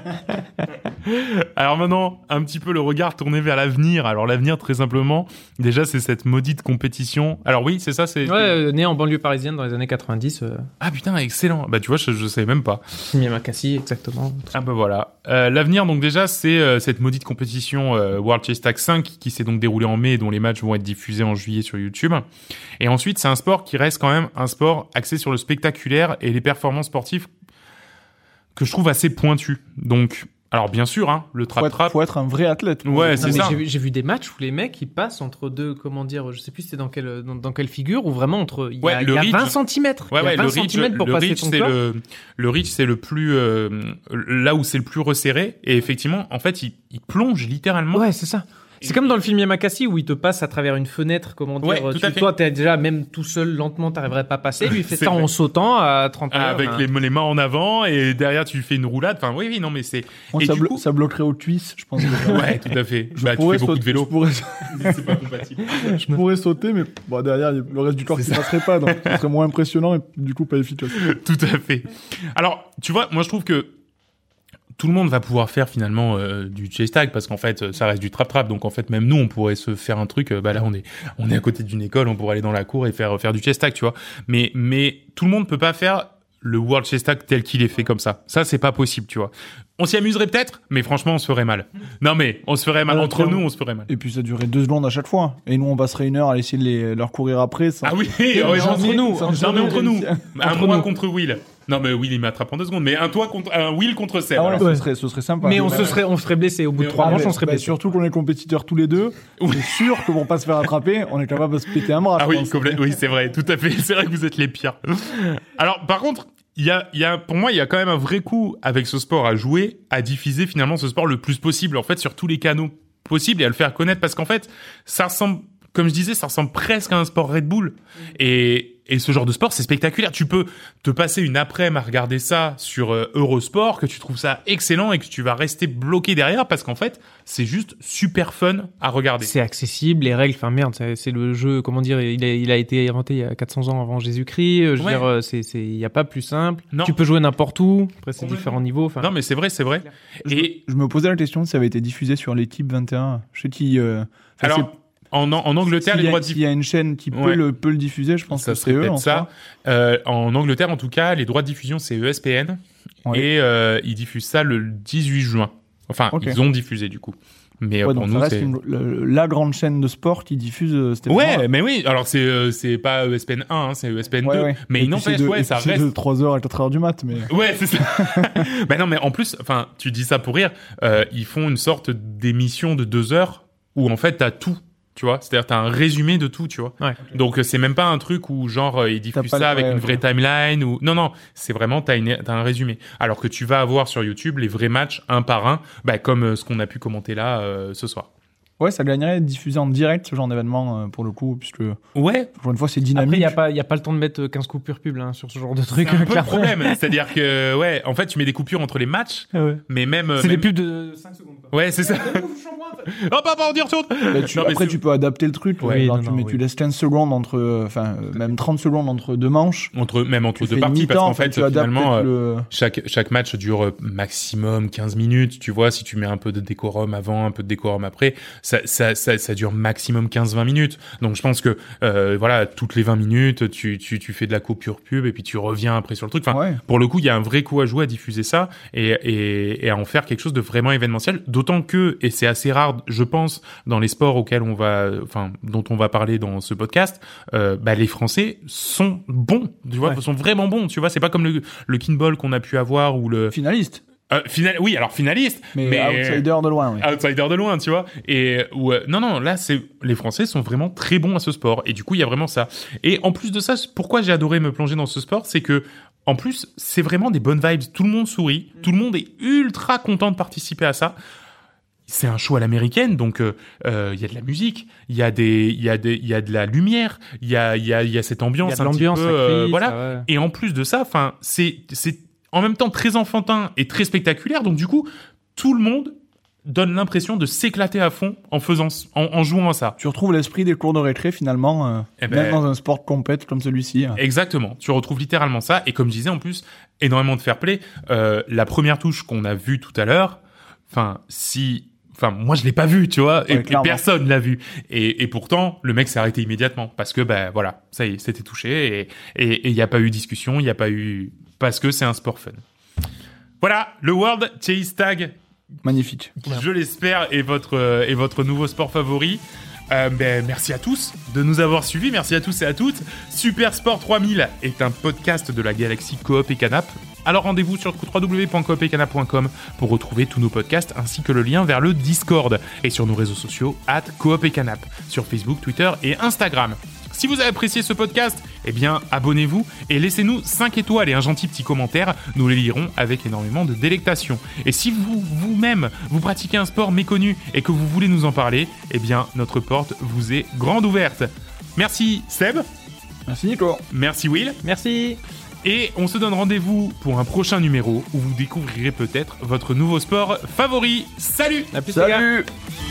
Alors maintenant, un petit peu le regard tourné vers l'avenir. Alors l'avenir, très simplement, déjà, c'est cette maudite compétition. Alors oui, c'est ça, c'est... Ouais, euh, né en banlieue parisienne dans les années quatre-vingt-dix. Euh... Ah putain, excellent. Bah tu vois, je, je savais même pas. Yamakasi, exactement. Ah bah voilà. Euh, l'avenir, donc déjà, c'est euh, cette maudite compétition euh, World Chase Tag cinq qui s'est donc déroulée en mai et dont les matchs vont être diffusés en juillet sur YouTube. Et ensuite, c'est un sport qui reste quand même un sport axé sur le spectaculaire et les performances sportives que je trouve assez pointues. Donc... Alors bien sûr, hein, le trap faut être, trap. Faut être un vrai athlète. Ouais, c'est ça. J'ai vu, j'ai vu des matchs où les mecs ils passent entre deux, comment dire, je sais plus c'était dans quelle dans, dans quelle figure, ou vraiment entre il y a, ouais, il y a reach, vingt centimètres. Ouais, il y a ouais, vingt le reach, centimètres pour le passer reach, ton c'est corps. le le reach, c'est le plus euh, là où c'est le plus resserré. Et effectivement, en fait, il, il plonge littéralement. Ouais, c'est ça. C'est comme dans le film Yamakasi où il te passe à travers une fenêtre, comment dire, ouais, tout tu, à fait. toi t'es déjà même tout seul, lentement, t'arriverais pas à passer, lui il fait ça vrai. En sautant à trente ah, heures. Avec hein. les, les mains en avant et derrière tu fais une roulade, enfin oui, oui, non mais c'est... Bon, et ça, du blo- coup... ça bloquerait aux cuisses, je pense. ouais, tout à fait. Je bah, tu fais beaucoup sauter, de vélo. Je pourrais... c'est pas compatible. je pourrais sauter, mais bon, derrière le reste du corps qui passerait pas, donc ce serait moins impressionnant et du coup pas efficace. Tout à fait. Alors, tu vois, moi je trouve que tout le monde va pouvoir faire finalement euh, du chase tag parce qu'en fait ça reste du trap trap, donc en fait même nous on pourrait se faire un truc, euh, bah là on est on est à côté d'une école, on pourrait aller dans la cour et faire faire du chase tag, tu vois, mais mais tout le monde peut pas faire le World Chase Tag tel qu'il est fait comme ça. Ça, c'est pas possible, tu vois. On s'y amuserait peut-être, mais franchement, on se ferait mal. Non, mais on se ferait mal. Alors, entre nous, on se ferait mal. Et puis, ça durerait deux secondes à chaque fois. Et nous, on passerait une heure à essayer de les, leur courir après. Sans... Ah oui, oui, entre nous. Non, mais entre nous. Un entre moi nous. contre Will. Non, mais Will, il m'attrape en deux secondes. Mais un toi contre, un Will contre Seb. Ah ouais, alors. ce serait, ce serait sympa. Mais on se serait, on serait blessé. Au bout de trois ah, manches, mais, on serait bah, blessé. Surtout qu'on est compétiteurs tous les deux. Oui. C'est sûr que pour pas se faire attraper, on est capable de se péter un bras. Ah je oui, pense. complètement. Oui, c'est vrai. Tout à fait. C'est vrai que vous êtes les pires. Alors, par contre, il y a, il y a, pour moi, il y a quand même un vrai coup avec ce sport à jouer, à diffuser finalement ce sport le plus possible, en fait, sur tous les canaux possibles et à le faire connaître parce qu'en fait, ça ressemble, comme je disais, ça ressemble presque à un sport Red Bull. Et, et ce genre de sport, c'est spectaculaire. Tu peux te passer une après-midi à regarder ça sur euh, Eurosport, que tu trouves ça excellent et que tu vas rester bloqué derrière parce qu'en fait, c'est juste super fun à regarder. C'est accessible, les règles, enfin merde, c'est, c'est le jeu, comment dire, il a, il a été inventé il y a quatre cents ans avant Jésus-Christ. Je veux Ouais. dire, c'est, c'est, il y a pas plus simple. Non. Tu peux jouer n'importe où. Après, c'est différents niveaux. Enfin, Non, mais c'est vrai, c'est vrai. Et Je me posais la question si ça avait été diffusé sur l'équipe vingt et un. Je sais qui. Euh... enfin, alors, c'est- en, en Angleterre, s'il les y a- droits de S'il y a une chaîne qui peut, Ouais. le, peut le diffuser, je pense ça que c'est serait eux. peut-être en ça. soi. Euh, en Angleterre, en tout cas, les droits de diffusion, c'est E S P N. Ouais. Et euh, ils diffusent ça le dix-huit juin. Enfin, Ok. ils ont diffusé du coup. Mais euh, Ouais, pour donc nous, ça reste c'est... une- le- la grande chaîne de sport qui diffuse euh, cet événement-là. Ouais, mais oui, alors c'est, euh, c'est pas E S P N un, hein, c'est E S P N Ouais, deux. ouais. Mais Et il puis c'est n'empêche, de- ouais, et ça puis c'est reste... de trois heures à quatre heures du mat, mais... Ouais, c'est ça. Ben non, mais en plus, enfin, tu dis ça pour rire, euh, ils font une sorte d'émission de deux heures où en fait t'as tout, tu vois. C'est-à-dire t'as un résumé de tout, tu vois. Ouais. Donc euh, c'est même pas un truc où genre euh, ils diffusent pas ça le- avec ouais, une ok. vraie timeline ou non non, c'est vraiment t'as une t'as un résumé. Alors que tu vas avoir sur YouTube les vrais matchs un par un, bah comme euh, ce qu'on a pu commenter là euh, ce soir. Ouais, ça gagnerait de diffuser en direct ce genre d'événement euh, pour le coup, puisque Ouais. pour une fois c'est Après, dynamique. il n'y a, pas- y a pas le temps de mettre quinze coupures pub là, sur ce genre de truc. C'est un peu le clairement. problème, c'est-à-dire que ouais, en fait tu mets des coupures entre les matchs, Ouais. mais même C'est même- des pubs de cinq secondes. Quoi. Ouais, c'est ça. Oh papa, on dit retourne. Bah, tu- Non, mais après, c'est- tu peux adapter le truc. Ouais, Ouais, genre, non, tu, non, mets, oui. tu laisses quinze secondes entre, euh, enfin, euh, même trente secondes entre deux manches. entre même entre Tu deux fais parties parce mi-temps, qu'en enfin, fait tu adaptes finalement peut-être euh, le... chaque chaque match dure euh, maximum quinze minutes, tu vois, si tu mets un peu de décorum avant, un peu de décorum après, ça ça ça, ça dure maximum quinze vingt minutes. Donc je pense que euh, voilà, toutes les vingt minutes, tu tu tu fais de la coupure pub et puis tu reviens après sur le truc. Enfin, Ouais. pour le coup, il y a un vrai coup à jouer à diffuser ça et et et à en faire quelque chose de vraiment événementiel, d'autant que et c'est assez rare, je pense, dans les sports auxquels on va enfin dont on va parler dans ce podcast, euh, bah les Français sont bons, tu vois, Ouais. sont vraiment bons, tu vois, c'est pas comme le le kinball qu'on a pu avoir ou le Finaliste, euh, final oui, alors finaliste, mais, mais outsider de loin. Ouais. outsider de loin, tu vois. Et ou euh, non non, là c'est les Français sont vraiment très bons à ce sport et du coup, il y a vraiment ça. Et en plus de ça, pourquoi j'ai adoré me plonger dans ce sport, c'est que en plus, c'est vraiment des bonnes vibes, tout le monde sourit, tout le monde est ultra content de participer à ça. C'est un show à l'américaine, donc il euh, euh, y a de la musique, il y a des, il y a des, il y a de la lumière, il y a, il y a, il y a cette Il y ambiance a de un l'ambiance, petit peu, ça euh, crie, voilà. ça, ouais. Et en plus de ça, enfin, c'est, c'est en même temps très enfantin et très spectaculaire, donc du coup, tout le monde donne l'impression de s'éclater à fond en faisant, en, en jouant à ça. Tu retrouves l'esprit des cours de récré finalement, euh, Eh ben- même dans un sport compète comme celui-ci. hein. Exactement. Tu retrouves littéralement ça. Et comme je disais, en plus, énormément de fair play. Euh, la première touche qu'on a vue tout à l'heure, enfin, si, enfin, moi, je l'ai pas vue, tu vois, et, Ouais, et clairement. personne l'a vue. Et, et pourtant, le mec s'est arrêté immédiatement parce que, ben, voilà, ça y est, c'était touché et, et, il y a pas eu discussion, il y a pas eu, parce que c'est un sport fun. Voilà, le World Chase Tag, Magnifique. je l'espère, est votre, euh, est votre nouveau sport favori. Euh, ben, merci à tous de nous avoir suivis, merci à tous et à toutes. Super Sport trois mille est un podcast de la galaxie Coop et Canap. Alors rendez-vous sur w w w point coop et canap point com pour retrouver tous nos podcasts ainsi que le lien vers le Discord et sur nos réseaux sociaux arobase coop et canap sur Facebook, Twitter et Instagram. Si vous avez apprécié ce podcast, eh bien abonnez-vous et laissez-nous cinq étoiles et un gentil petit commentaire, nous les lirons avec énormément de délectation. Et si vous, vous-même, vous pratiquez un sport méconnu et que vous voulez nous en parler, eh bien notre porte vous est grande ouverte. Merci Seb, Merci Nico. merci Will, Merci. et on se donne rendez-vous pour un prochain numéro où vous découvrirez peut-être votre nouveau sport favori. Salut! À plus, les gars. Salut.